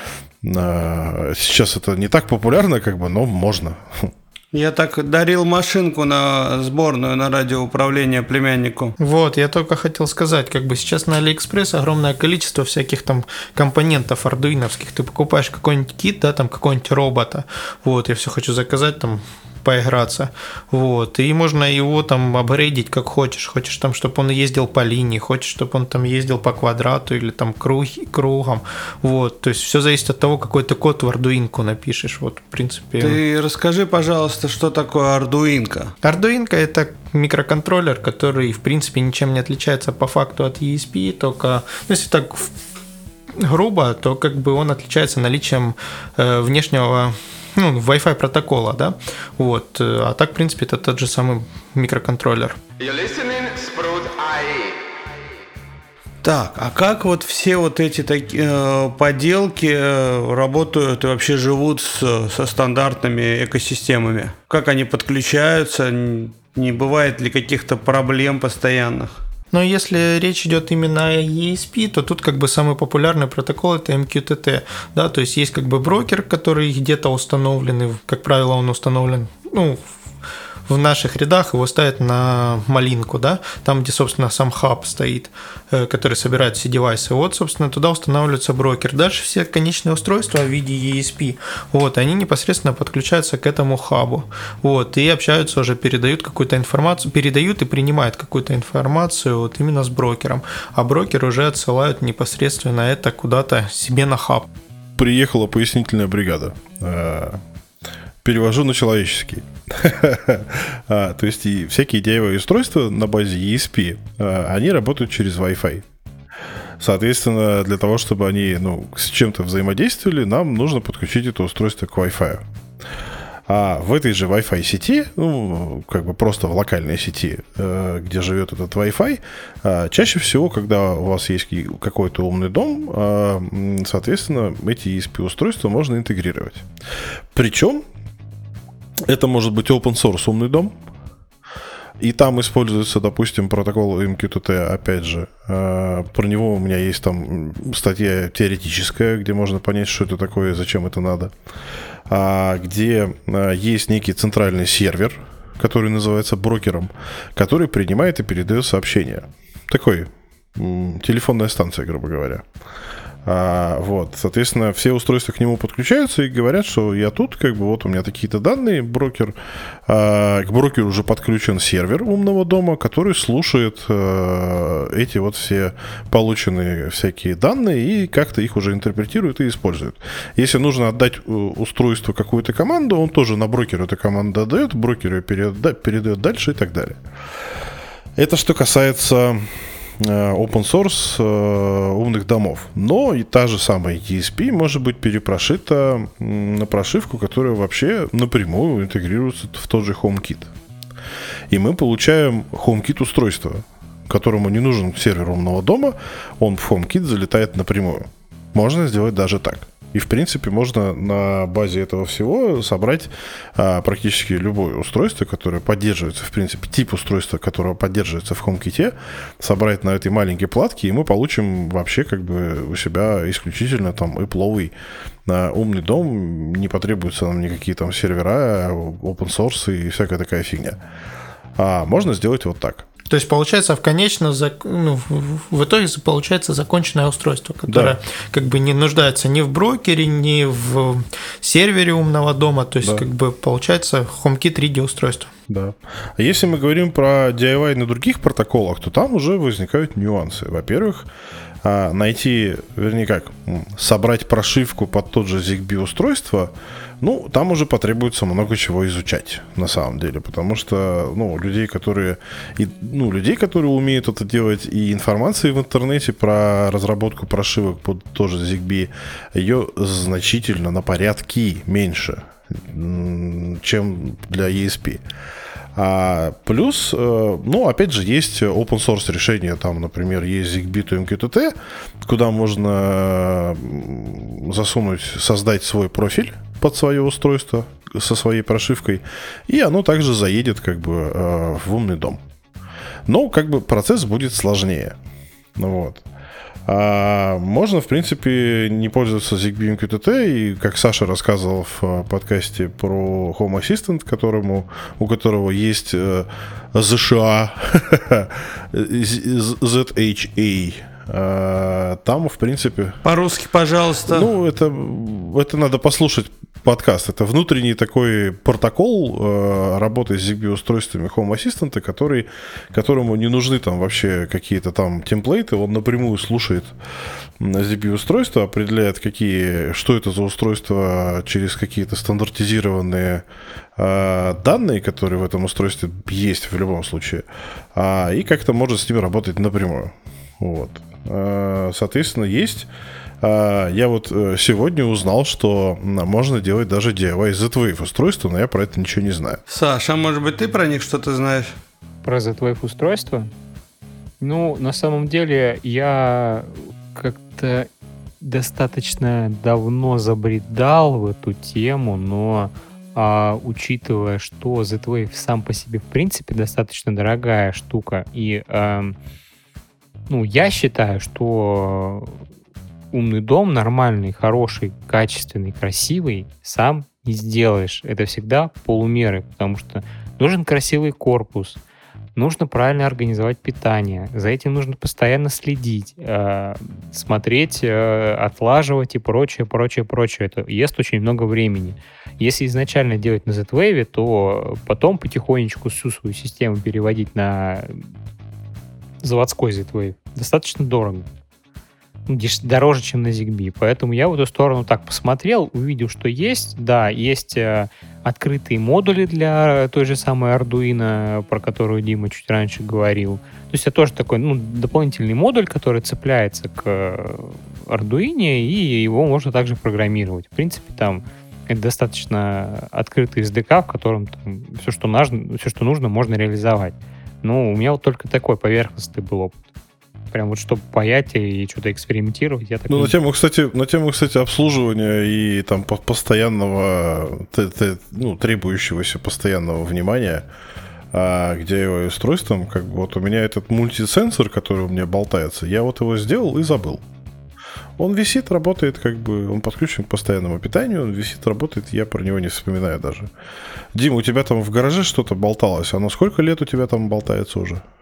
Сейчас это не так популярно, как бы, но можно. Я так дарил машинку на сборную на радиоуправление племяннику. Вот, я только хотел сказать, как бы сейчас на Алиэкспресс огромное количество всяких там компонентов ардуиновских. Ты покупаешь какой-нибудь кит, да, там какой-нибудь робота. Вот, я все хочу заказать там, поиграться. Вот. И можно его там апгрейдить как хочешь. Хочешь там, чтобы он ездил по линии, хочешь, чтобы он там ездил по квадрату или там круг, кругом. Вот. То есть все зависит от того, какой ты код в Ардуинку напишешь. Вот, в принципе. Ты расскажи, пожалуйста, что такое Ардуинка? Ардуинка — это микроконтроллер, который, в принципе, ничем не отличается по факту от и эс пи, только, ну, если так грубо, то как бы он отличается наличием э, внешнего, ну, Wi-Fi протокола, да, вот, а так, в принципе, это тот же самый микроконтроллер. Так, а как вот все вот эти такие э, поделки э, работают и вообще живут с, со стандартными экосистемами? Как они подключаются? Не бывает ли каких-то проблем постоянных? Но если речь идет именно о и эс пи, то тут как бы самый популярный протокол — это эм кью ти ти, да, то есть есть как бы брокер, который где-то установлен, как правило, он установлен, ну, в наших рядах его ставят на малинку, да, там, где, собственно, сам хаб стоит, который собирает все девайсы. Вот, собственно, туда устанавливается брокер. Дальше все конечные устройства в виде и эс пи, вот, они непосредственно подключаются к этому хабу, вот, и общаются уже, передают какую-то информацию, передают и принимают какую-то информацию вот именно с брокером, а брокер уже отсылают непосредственно это куда-то себе на хаб. Приехала пояснительная бригада. Перевожу на человеческий. а, то есть и всякие ди ай вай-устройства на базе и эс пи, а, они работают через Wi-Fi. Соответственно, для того, чтобы они, ну, с чем-то взаимодействовали, нам нужно подключить это устройство к Wi-Fi. А в этой же Wi-Fi сети, ну, как бы просто в локальной сети, э, где живет этот Wi-Fi, э, чаще всего, когда у вас есть какой-то умный дом, э, соответственно, эти и эс пи-устройства можно интегрировать. Причем это может быть open source умный дом, и там используется, допустим, протокол эм кью ти ти, опять же. Э, про него у меня есть там статья теоретическая, где можно понять, что это такое и зачем это надо. А, где а, есть некий центральный сервер, который называется брокером, который принимает и передает сообщения. Такой м, телефонная станция, грубо говоря. А, вот, соответственно, все устройства к нему подключаются и говорят, что я тут, как бы, вот у меня такие-то данные, брокер, а, к брокеру уже подключен сервер умного дома, который слушает а, эти вот все полученные всякие данные и как-то их уже интерпретирует и использует. Если нужно отдать устройству какую-то команду, он тоже на брокер эту команду отдает, брокер ее передает, передает дальше и так далее. Это что касается open source умных домов. Но и та же самая и эс пи может быть перепрошита на прошивку, которая вообще напрямую интегрируется в тот же HomeKit. И мы получаем HomeKit устройство, которому не нужен сервер умного дома, он в HomeKit залетает напрямую. Можно сделать даже так. И, в принципе, можно на базе этого всего собрать а, практически любое устройство, которое поддерживается, в принципе, тип устройства, которое поддерживается в HomeKit, собрать на этой маленькой платке, и мы получим вообще как бы у себя исключительно там Apple-овый а, умный дом, не потребуются нам никакие там сервера, open source и всякая такая фигня. А можно сделать вот так. То есть, получается, в конечном, ну, в итоге получается законченное устройство, которое да. как бы не нуждается ни в брокере, ни в сервере умного дома. То есть, да. как бы получается HomeKit три ди устройство. Да. А если мы говорим про ди ай вай на других протоколах, то там уже возникают нюансы. Во-первых, найти, вернее как, собрать прошивку под тот же ZigBee устройство, ну, там уже потребуется много чего изучать, на самом деле, потому что, ну, людей, которые, и, ну, людей, которые умеют это делать, и информации в интернете про разработку прошивок под тоже ZigBee, ее значительно на порядки меньше, чем для и эс пи. А плюс, ну, опять же, есть open source решения, там, например, есть ZigBee to эм кью ти ти, куда можно засунуть, создать свой профиль под свое устройство со своей прошивкой, и оно также заедет как бы в умный дом. Но как бы процесс будет сложнее. Вот. А можно, в принципе, не пользоваться ZigBee эм кью ти ти, и, как Саша рассказывал в подкасте про Home Assistant, которому, у которого есть зет эйч эй, зет эйч эй, там, в принципе... По-русски, пожалуйста. Ну, это, это надо послушать подкаст. Это внутренний такой протокол э, работы с ZigBee устройствами Home Assistant, который, которому не нужны там вообще какие-то там темплейты. Он напрямую слушает ZigBee устройство, определяет, какие, что это за устройство через какие-то стандартизированные э, данные, которые в этом устройстве есть в любом случае, а, и как-то может с ними работать напрямую. Вот. Соответственно, есть. Я вот сегодня узнал, что можно делать даже ди ай вай Z-Wave устройство, но я про это ничего не знаю. Саша, а может быть ты про них что-то знаешь? Про Z-Wave устройство? Ну, на самом деле, я как-то достаточно давно забредал в эту тему, но а, учитывая, что Z-Wave сам по себе в принципе достаточно дорогая штука, и а, ну, я считаю, что умный дом нормальный, хороший, качественный, красивый сам не сделаешь. Это всегда полумеры, потому что нужен красивый корпус, нужно правильно организовать питание, за этим нужно постоянно следить, э, смотреть, э, отлаживать и прочее, прочее, прочее. Это ест очень много времени. Если изначально делать на Z-Wave, то потом потихонечку всю свою систему переводить на заводской Z-Wave достаточно дорого. Дороже, чем на ZigBee. Поэтому я в эту сторону так посмотрел, увидел, что есть. Да, есть э, открытые модули для той же самой Arduino, про которую Дима чуть раньше говорил. То есть это тоже такой ну, дополнительный модуль, который цепляется к Arduino, и его можно также программировать. В принципе, там это достаточно открытый эс ди кей, в котором там, все, что нужно, все, что нужно, можно реализовать. Ну, у меня вот только такой поверхностный был опыт. Прям вот чтобы паять и что-то экспериментировать, я так Ну, не... на тему, кстати, на тему, кстати, обслуживания и там постоянного, ну, требующегося постоянного внимания а, к ди ай вай устройствам, как бы вот у меня этот мультисенсор, который у меня болтается, я вот его сделал и забыл. Он висит, работает, как бы, он подключен к постоянному питанию, он висит, работает, я про него не вспоминаю даже. Дима, у тебя там в гараже что-то болталось, оно сколько лет у тебя там болтается уже?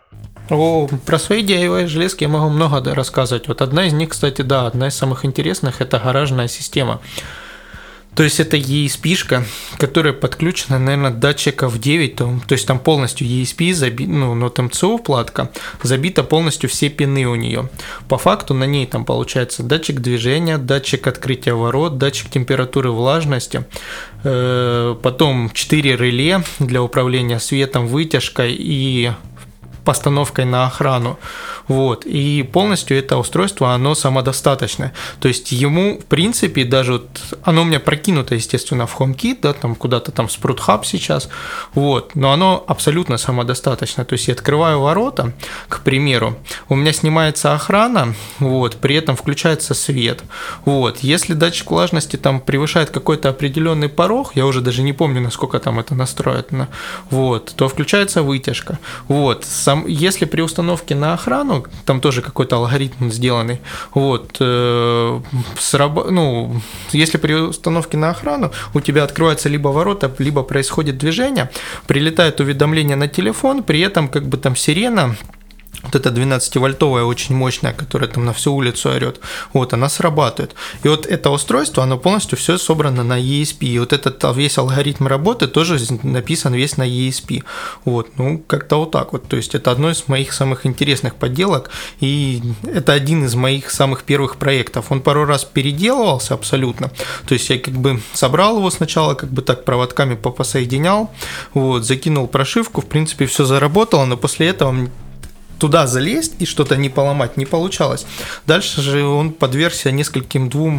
О, про свои ди ай вай железки я могу много рассказывать. Вот одна из них, кстати, да, одна из самых интересных – это гаражная система. То есть это и эс пи-шка, которая подключена, наверное, датчиков девять, то, то есть там полностью и эс пи, заби, ну, нот эм си ю платка, забита полностью все пины у нее. По факту на ней там получается датчик движения, датчик открытия ворот, датчик температуры, влажности, э, потом четыре реле для управления светом, вытяжкой и постановкой на охрану. Вот. И полностью это устройство, оно самодостаточное. То есть ему, в принципе, даже вот, оно у меня прокинуто, естественно, в HomeKit, да, там куда-то там в Sprout Hub сейчас, вот, но оно абсолютно самодостаточно. То есть я открываю ворота, к примеру, у меня снимается охрана, вот, при этом включается свет. Вот. Если датчик влажности там превышает какой-то определенный порог, я уже даже не помню, насколько там это настроено, вот, то включается вытяжка. Вот. Сам, если при установке на охрану, там тоже какой-то алгоритм сделанный. Вот, э, сраб... ну, если при установке на охрану у тебя открываются либо ворота, либо происходит движение, прилетает уведомление на телефон, при этом как бы там сирена, вот эта двенадцативольтовая, очень мощная, которая там на всю улицу орет, вот, она срабатывает. И вот это устройство, оно полностью все собрано на и эс пи. И вот этот весь алгоритм работы тоже написан весь на и эс пи. Вот, ну, как-то вот так вот. То есть это одно из моих самых интересных подделок, и это один из моих самых первых проектов. Он пару раз переделывался абсолютно. То есть я как бы собрал его сначала, как бы так проводками попосоединял, вот, закинул прошивку, в принципе, все заработало, но после этого туда залезть и что-то не поломать не получалось. Дальше же он подвергся нескольким двум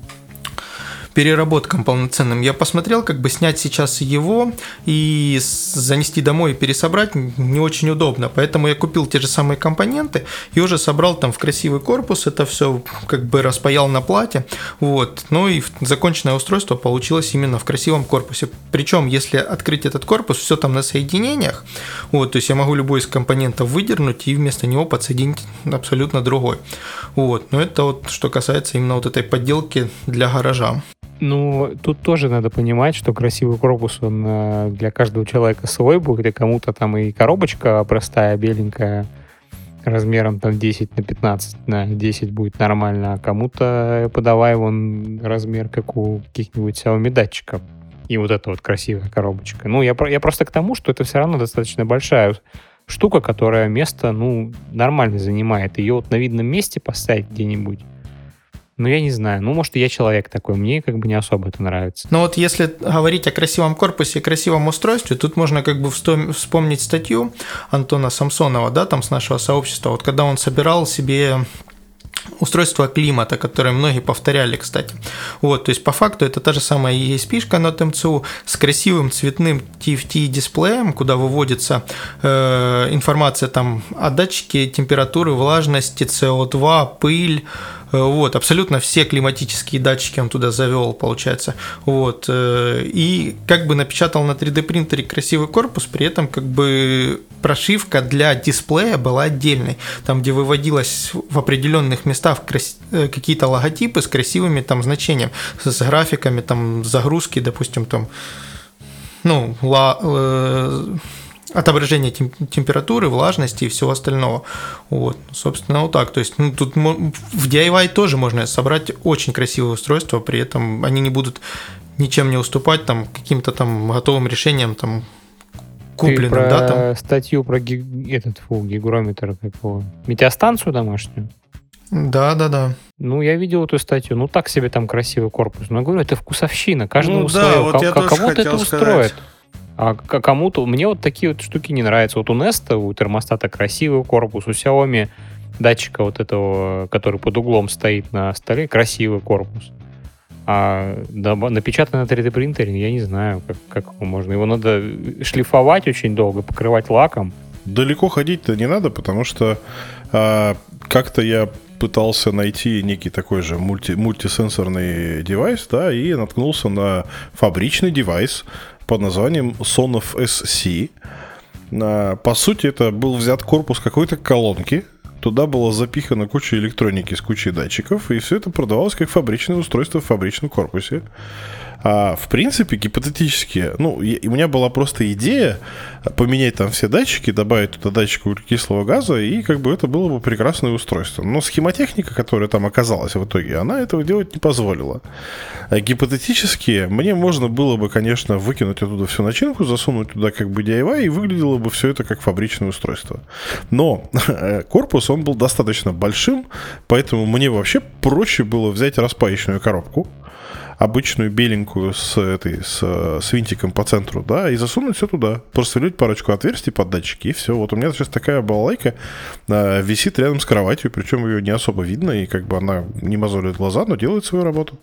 переработкам полноценным. Я посмотрел, как бы снять сейчас его и занести домой и пересобрать не очень удобно, поэтому я купил те же самые компоненты и уже собрал там в красивый корпус, это все как бы распаял на плате, вот, ну и законченное устройство получилось именно в красивом корпусе. Причем, если открыть этот корпус, все там на соединениях, вот, то есть я могу любой из компонентов выдернуть и вместо него подсоединить абсолютно другой. Вот, но это вот что касается именно вот этой подделки для гаража. Ну, тут тоже надо понимать, что красивый корпус, он для каждого человека свой будет, и кому-то там и коробочка простая, беленькая, размером там десять на пятнадцать на десять будет нормально, а кому-то подавай вон размер, как у каких-нибудь Xiaomi датчиков. И вот эта вот красивая коробочка. Ну, я, я просто к тому, что это все равно достаточно большая штука, которая место, ну, нормально занимает. Ее вот на видном месте поставить где-нибудь, ну, я не знаю. Ну, может, я человек такой. Мне как бы не особо это нравится. Но вот если говорить о красивом корпусе и красивом устройстве, тут можно как бы вспомнить статью Антона Самсонова, да, там с нашего сообщества, вот когда он собирал себе устройство климата, которое многие повторяли, кстати. Вот, то есть по факту это та же самая и эс пи-шка нот эм си ю с красивым цветным ти эф ти-дисплеем, куда выводится э, информация там о датчике температуры, влажности, си о два, пыль. Вот, абсолютно все климатические датчики он туда завел, получается. Вот, и как бы напечатал на три дэ принтере красивый корпус, при этом как бы прошивка для дисплея была отдельной, там, где выводилось в определенных местах какие-то логотипы с красивыми там значениями, с графиками там загрузки, допустим, там, ну, ла, э, отображение тем, температуры, влажности и всего остального. Вот, собственно, вот так. То есть, ну, тут в ди ай вай тоже можно собрать очень красивые устройства, при этом они не будут ничем не уступать там каким-то там готовым решениям там купленным, Ты про да, там. статью про гиг... этот фу, гигрометр какого? Метеостанцию домашнюю? Да, да, да. Ну, я видел эту статью. Ну, так себе там красивый корпус. Но я говорю, это вкусовщина. Каждому Ну, свое. да, вот я тоже Кому-то хотел это сказать. устроит. А кому-то... Мне вот такие вот штуки не нравятся. Вот у Nest, у термостата красивый корпус, у Xiaomi датчика вот этого, который под углом стоит на столе, красивый корпус. А напечатанный на три дэ принтере, я не знаю, как, как его можно. Его надо шлифовать очень долго, покрывать лаком. Далеко ходить-то не надо, потому что а, как-то я пытался найти некий такой же мульти, мультисенсорный девайс, да, и наткнулся на фабричный девайс под названием Sonoff эс си. А, по сути, это был взят корпус какой-то колонки, туда была запихана куча электроники с кучей датчиков, и все это продавалось как фабричное устройство в фабричном корпусе. А в принципе, гипотетически, ну, я, у меня была просто идея поменять там все датчики, добавить туда датчик углекислого газа, и как бы это было бы прекрасное устройство. Но схемотехника, которая там оказалась в итоге, она этого делать не позволила. А гипотетически мне можно было бы, конечно, выкинуть оттуда всю начинку, засунуть туда как бы ди ай вай, и выглядело бы все это как фабричное устройство. Но корпус, он был достаточно большим, поэтому мне вообще проще было взять распаечную коробку, обычную беленькую с этой с, с винтиком по центру, да, и засунуть все туда, просверлить парочку отверстий под датчики, и все. Вот у меня сейчас такая балалайка а, висит рядом с кроватью, причем ее не особо видно, и как бы она не мозолит глаза, но делает свою работу.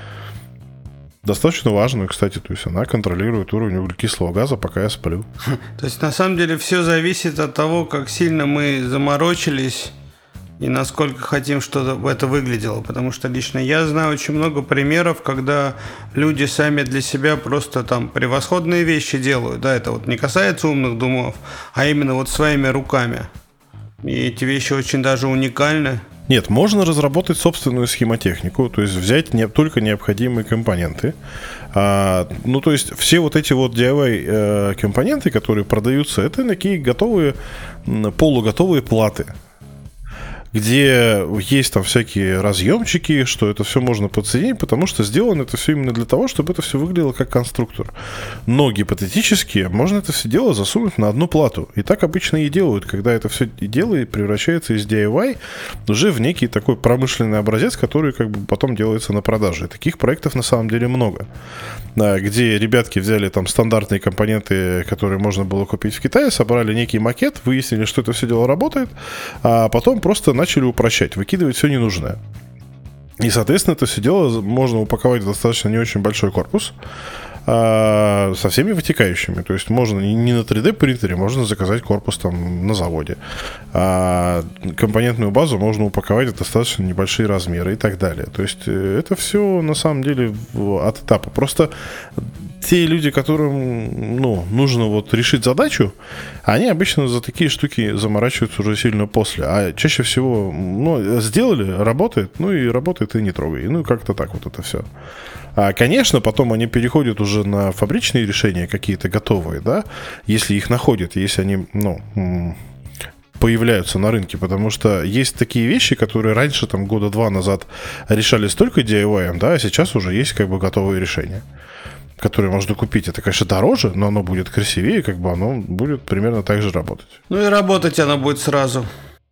Достаточно важную, кстати, то есть она контролирует уровень углекислого газа, пока я сплю. То есть на самом деле все зависит от того, как сильно мы заморочились и насколько хотим, чтобы это выглядело. Потому что лично я знаю очень много примеров, когда люди сами для себя просто там превосходные вещи делают. Да, это вот не касается умных домов, а именно вот своими руками. И эти вещи очень даже уникальны. Нет, можно разработать собственную схемотехнику, то есть взять не, только необходимые компоненты. А, ну, то есть все вот эти вот ди ай вай э, компоненты, которые продаются, это такие готовые, полуготовые платы, где есть там всякие разъемчики, что это все можно подсоединить, потому что сделано это все именно для того, чтобы это все выглядело как конструктор. Но гипотетически можно это все дело засунуть на одну плату. И так обычно и делают, когда это все дело превращается из ди ай вай уже в некий такой промышленный образец, который как бы потом делается на продаже. И таких проектов на самом деле много. Где ребятки взяли там стандартные компоненты, которые можно было купить в Китае, собрали некий макет, выяснили, что это все дело работает, а потом просто на начали упрощать, выкидывать все ненужное. И, соответственно, это все дело можно упаковать в достаточно не очень большой корпус а, со всеми вытекающими. То есть можно не на три дэ принтере, можно заказать корпус там на заводе. А компонентную базу можно упаковать в достаточно небольшие размеры и так далее. То есть это все на самом деле от этапа. Просто те люди, которым ну, нужно вот решить задачу, они обычно за такие штуки заморачиваются уже сильно после. А чаще всего ну, сделали, работает, ну и работает, и не трогай. Ну и как-то так вот это все. А, конечно, потом они переходят уже на фабричные решения какие-то готовые, да, если их находят, если они, ну, появляются на рынке, потому что есть такие вещи, которые раньше, там, года два назад решались только ди ай вай, да, а сейчас уже есть как бы готовые решения, которые можно купить. Это, конечно, дороже, но оно будет красивее, как бы оно будет примерно так же работать. Ну и работать оно будет сразу.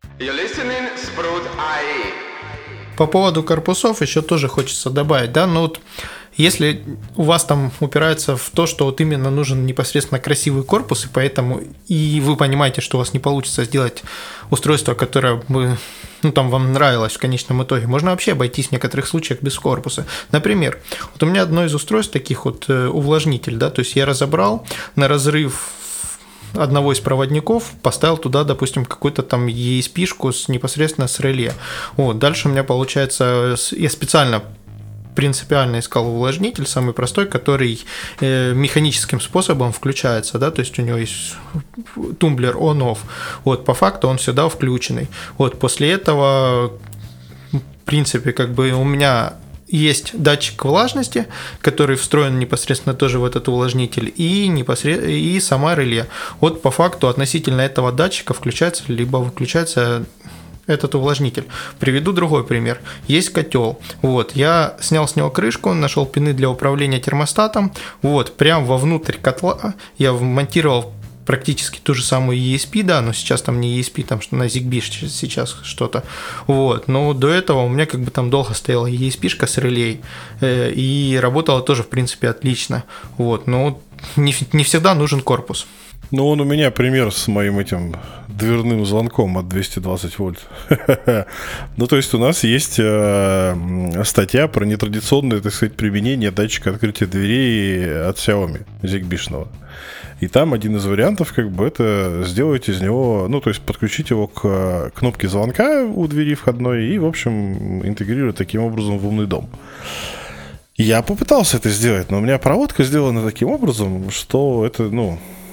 По поводу корпусов еще тоже хочется добавить, да, ну вот если у вас там упирается в то, что вот именно нужен непосредственно красивый корпус, и поэтому и вы понимаете, что у вас не получится сделать устройство, которое бы, ну, там вам нравилось в конечном итоге, можно вообще обойтись в некоторых случаях без корпуса. Например, вот у меня одно из устройств таких вот увлажнитель, да, то есть я разобрал на разрыв одного из проводников, поставил туда, допустим, какую-то там и эс пи-шку с, непосредственно с реле. Вот, дальше у меня получается, я специально принципиально искал увлажнитель, самый простой, который э, механическим способом включается, да, то есть у него есть тумблер on-off. Вот, по факту он всегда включенный. Вот, после этого, в принципе, как бы у меня есть датчик влажности, который встроен непосредственно тоже в этот увлажнитель, и, непосред... и сама реле. Вот по факту относительно этого датчика включается либо выключается этот увлажнитель. Приведу другой пример. Есть котел. Вот, я снял с него крышку, нашел пины для управления термостатом. Вот, прям вовнутрь котла я вмонтировал практически ту же самую и эс пи, да, но сейчас там не и эс пи, там что на Zigbee сейчас что-то. Вот, но до этого у меня как бы там долго стояла и эс пи-шка с релей, э, и работала тоже, в принципе, отлично. Вот, но не, не всегда нужен корпус. Ну, он у меня пример с моим этим дверным звонком от двести двадцать вольт. Ну, то есть у нас есть э, статья про нетрадиционное, так сказать, применение датчика открытия дверей от Xiaomi, Zigbee-шного. И там один из вариантов, как бы, это сделать из него, ну, то есть подключить его к кнопке звонка у двери входной и, в общем, интегрировать таким образом в умный дом. Я попытался это сделать, но у меня проводка сделана таким образом, что это, ну,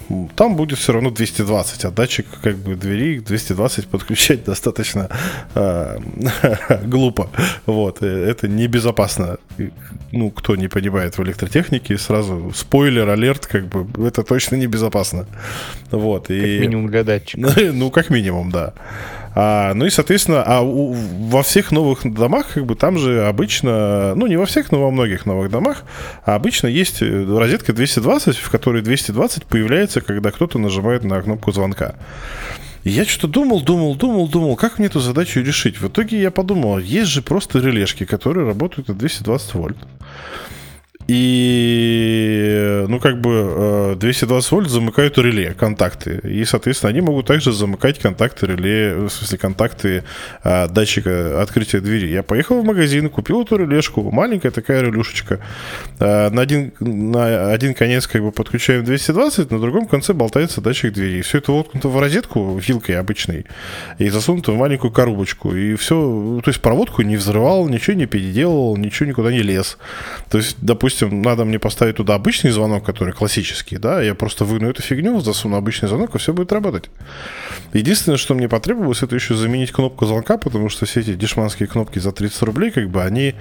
там будет все равно двести двадцать, а датчик как бы двери двести двадцать подключать достаточно э, глупо. Вот, это небезопасно. Ну, кто не понимает в электротехнике, сразу спойлер, алерт, как бы, это точно небезопасно. Вот, как и... минимум для датчика. Ну, как минимум, да. А, ну и, соответственно, а у, во всех новых домах, как бы, там же обычно, ну, не во всех, но во многих новых домах, а обычно есть розетка двести двадцать, в которой двести двадцать появляется, когда кто-то нажимает на кнопку звонка. И я что-то думал, думал, думал, думал, как мне эту задачу решить. В итоге я подумал, есть же просто релешки, которые работают на двести двадцать вольт. И, ну, как бы двести двадцать вольт замыкают реле, контакты. И, соответственно, они могут также замыкать контакты реле, в смысле, контакты а, датчика открытия двери. Я поехал в магазин, купил эту релешку, маленькая такая релюшечка. А, на, один, на один конец как бы подключаем двести двадцать, на другом конце болтается датчик двери. Все это воткнуто в розетку вилкой обычной и засунуто в маленькую коробочку. И все, то есть проводку не взрывал, ничего не переделал, ничего никуда не лез. То есть, допустим, надо мне поставить туда обычный звонок, который классический, да, я просто выну эту фигню, засуну обычный звонок, и все будет работать. Единственное, что мне потребовалось, это еще заменить кнопку звонка, потому что все эти дешманские кнопки за тридцать рублей, как бы, они,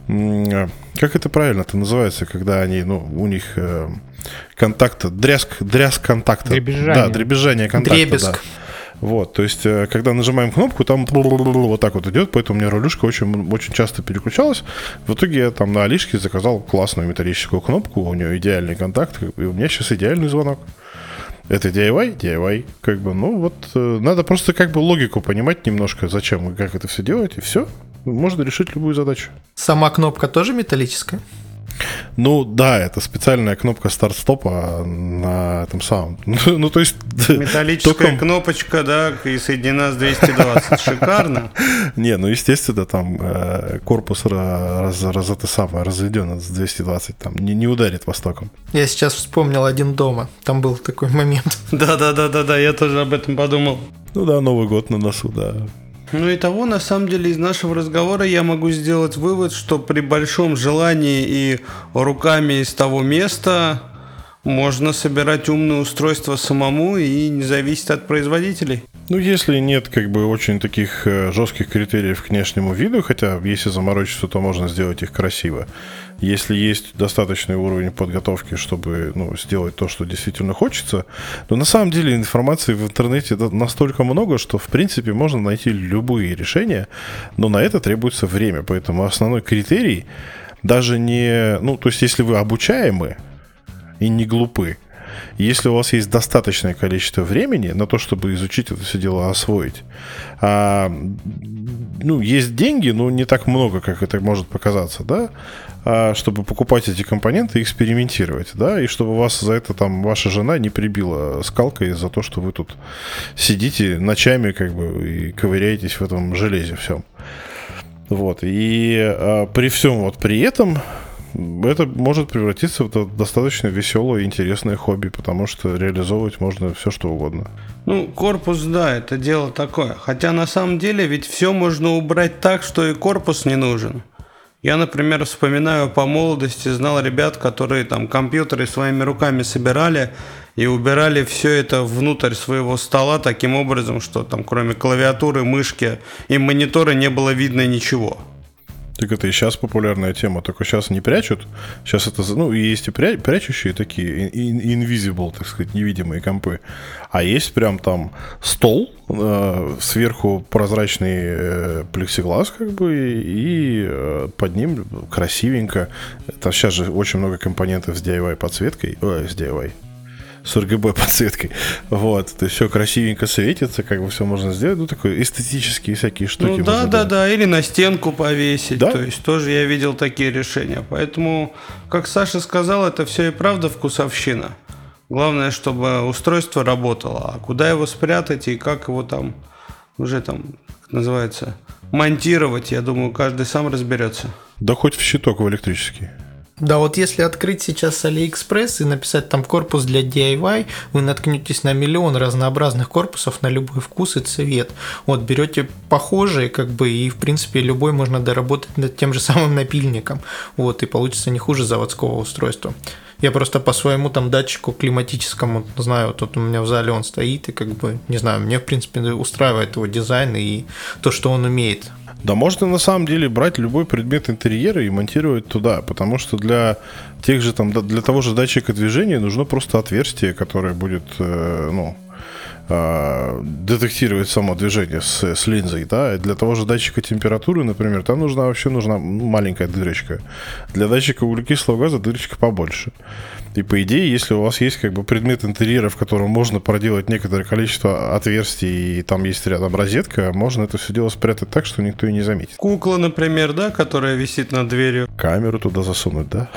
как это правильно-то называется, когда они, ну, у них э, контакта, дрязг, дрязг контакта. Дребезжание. Да, дребезжание контакта, Дребезг. да. Вот, то есть, когда нажимаем кнопку, там вот так вот идет, поэтому у меня рулюшка очень, очень часто переключалась. В итоге я там на Алишке заказал классную металлическую кнопку, у нее идеальный контакт, и у меня сейчас идеальный звонок. Это ди ай вай, ди ай вай, как бы, ну вот, надо просто как бы логику понимать немножко, зачем и как это все делать, и все, можно решить любую задачу. Сама кнопка тоже металлическая? Ну да, это специальная кнопка старт-стопа на этом самом. Ну, то есть... Металлическая только... кнопочка, да, и соединена с двести двадцать. Шикарно. Не, ну, естественно, там э, корпус раз, раз, это самое, разведен с двести двадцать, там не, не ударит востоком. Я сейчас вспомнил один дома. Там был такой момент. Да-да-да-да-да, я тоже об этом подумал. Ну да, Новый год на носу, да. Ну и того, на самом деле, из нашего разговора я могу сделать вывод, что при большом желании и руками из того места можно собирать умные устройства самому и не зависеть от производителей. Ну, если нет как бы очень таких жестких критериев к внешнему виду, хотя если заморочиться, то можно сделать их красиво. Если есть достаточный уровень подготовки, чтобы, ну, сделать то, что действительно хочется, то на самом деле информации в интернете настолько много, что в принципе можно найти любые решения, но на это требуется время. Поэтому основной критерий даже не... Ну, то есть если вы обучаемы и не глупы, если у вас есть достаточное количество времени на то, чтобы изучить это все дело, освоить, а, ну, есть деньги, но не так много, как это может показаться, да, а, чтобы покупать эти компоненты и экспериментировать, да, и чтобы вас за это там ваша жена не прибила скалкой за то, что вы тут сидите ночами как бы и ковыряетесь в этом железе всем. Вот, и а, при всем вот при этом... это может превратиться в достаточно веселое и интересное хобби, потому что реализовывать можно все, что угодно. Ну, корпус, да, это дело такое. Хотя на самом деле ведь все можно убрать так, что и корпус не нужен. Я, например, вспоминаю по молодости, знал ребят, которые там компьютеры своими руками собирали и убирали все это внутрь своего стола таким образом, что там кроме клавиатуры, мышки и монитора не было видно ничего. Так это и сейчас популярная тема, только сейчас не прячут. Сейчас это, ну, есть и пря- прячущие такие, invisible, так сказать, невидимые компы. А есть прям там стол, э, сверху прозрачный э, плексиглаз, как бы, и э, под ним красивенько. Там сейчас же очень много компонентов с ди ай вай подсветкой, ой, с ди ай вай. С эр гэ бэ подсветкой. Вот. То есть все красивенько светится, как бы все можно сделать. Ну, такой эстетические всякие штуки. Ну да, да, делать. Да. Или на стенку повесить. Да? То есть тоже я видел такие решения. Поэтому, как Саша сказал, это все и правда вкусовщина. Главное, чтобы устройство работало. А куда его спрятать и как его там уже там, как называется, монтировать, я думаю, каждый сам разберется. Да хоть в щиток в электрический. Да, вот если открыть сейчас AliExpress и написать там корпус для ди ай вай, вы наткнетесь на миллион разнообразных корпусов на любой вкус и цвет. Вот берете похожие, как бы, и в принципе любой можно доработать над тем же самым напильником. Вот, и получится не хуже заводского устройства. Я просто по своему там датчику климатическому знаю, тут у меня в зале он стоит, и как бы, не знаю, мне в принципе устраивает его дизайн и то, что он умеет. Да можно на самом деле брать любой предмет интерьера и монтировать туда, потому что для тех же там, для того же датчика движения нужно просто отверстие, которое будет, ну, детектировать само движение с, с линзой, да, и для того же датчика температуры, например, там нужна вообще нужна маленькая дырочка. Для датчика углекислого газа дырочка побольше. И по идее, если у вас есть как бы предмет интерьера, в котором можно проделать некоторое количество отверстий, и там есть рядом розетка, можно это все дело спрятать так, что никто и не заметит. Кукла, например, да, которая висит над дверью. Камеру туда засунуть, да?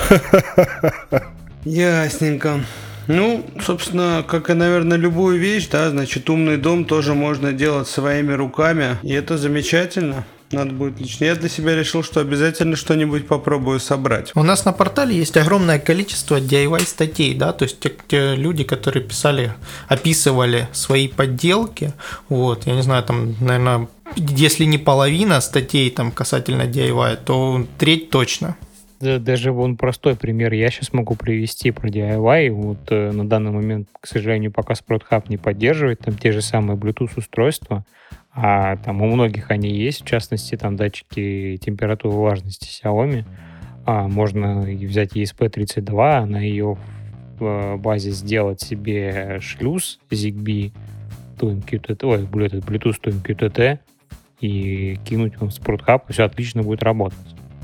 Ясненько. Ну, собственно, как и, наверное, любую вещь, да, значит, умный дом тоже можно делать своими руками, и это замечательно. Надо будет лично. Я для себя решил, что обязательно что-нибудь попробую собрать. У нас на портале есть огромное количество ди ай вай статей, да, то есть те, те люди, которые писали, описывали свои подделки, вот, я не знаю, там, наверное, если не половина статей там касательно ди ай вай, то треть точно. Даже вон простой пример я сейчас могу привести про ди ай вай. Вот э, на данный момент, к сожалению, пока Sprout Hub не поддерживает там те же самые Bluetooth устройства, а там у многих они есть, в частности, там датчики температуры и влажности Xiaomi. А, можно взять и эс пи тридцать два, на ее в базе сделать себе шлюз Zigbee ту эм кью ти ти, ой, Bluetooth ту эм кью ти ти и кинуть в Sprout Hub, и все отлично будет работать.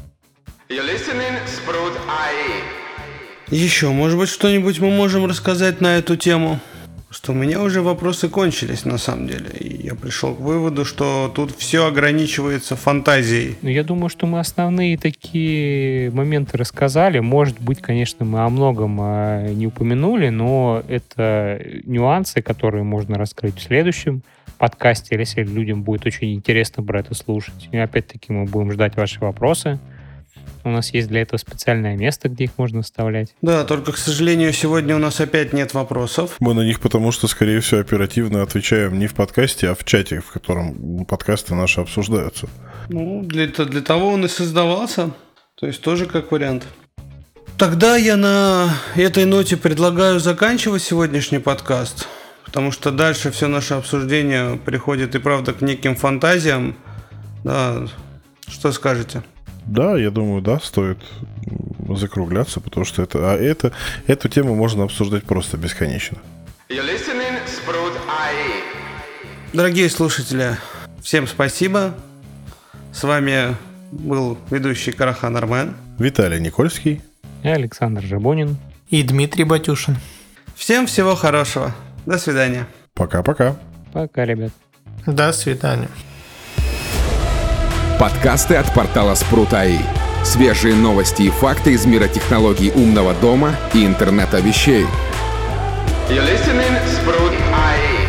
Еще, может быть, что-нибудь мы можем рассказать на эту тему? Что у меня уже вопросы кончились, на самом деле. И я пришел к выводу, что тут все ограничивается фантазией. Ну, я думаю, что мы основные такие моменты рассказали. Может быть, конечно, мы о многом а, не упомянули, но это нюансы, которые можно раскрыть в следующем подкасте, если людям будет очень интересно про это слушать. И опять-таки мы будем ждать ваши вопросы. У нас есть для этого специальное место, где их можно вставлять. Да, только, к сожалению, сегодня у нас опять нет вопросов. Мы на них потому что, скорее всего, оперативно отвечаем не в подкасте, а в чате, в котором подкасты наши обсуждаются. Ну, для, для того он и создавался. То есть тоже как вариант. Тогда я на этой ноте предлагаю заканчивать сегодняшний подкаст. Потому что дальше все наше обсуждение приходит и правда к неким фантазиям. Да, что скажете? Да, я думаю, да, стоит закругляться, потому что это, а это, эту тему можно обсуждать просто бесконечно. Дорогие слушатели, всем спасибо. С вами был ведущий Карахан Армен, Виталий Никольский и Александр Жабонин и Дмитрий Батюшин. Всем всего хорошего. До свидания. Пока-пока. Пока, ребят. До свидания. Подкасты от портала Sprout точка ай и. Свежие новости и факты из мира технологий умного дома и интернета вещей. You're listening Sprout точка ай и.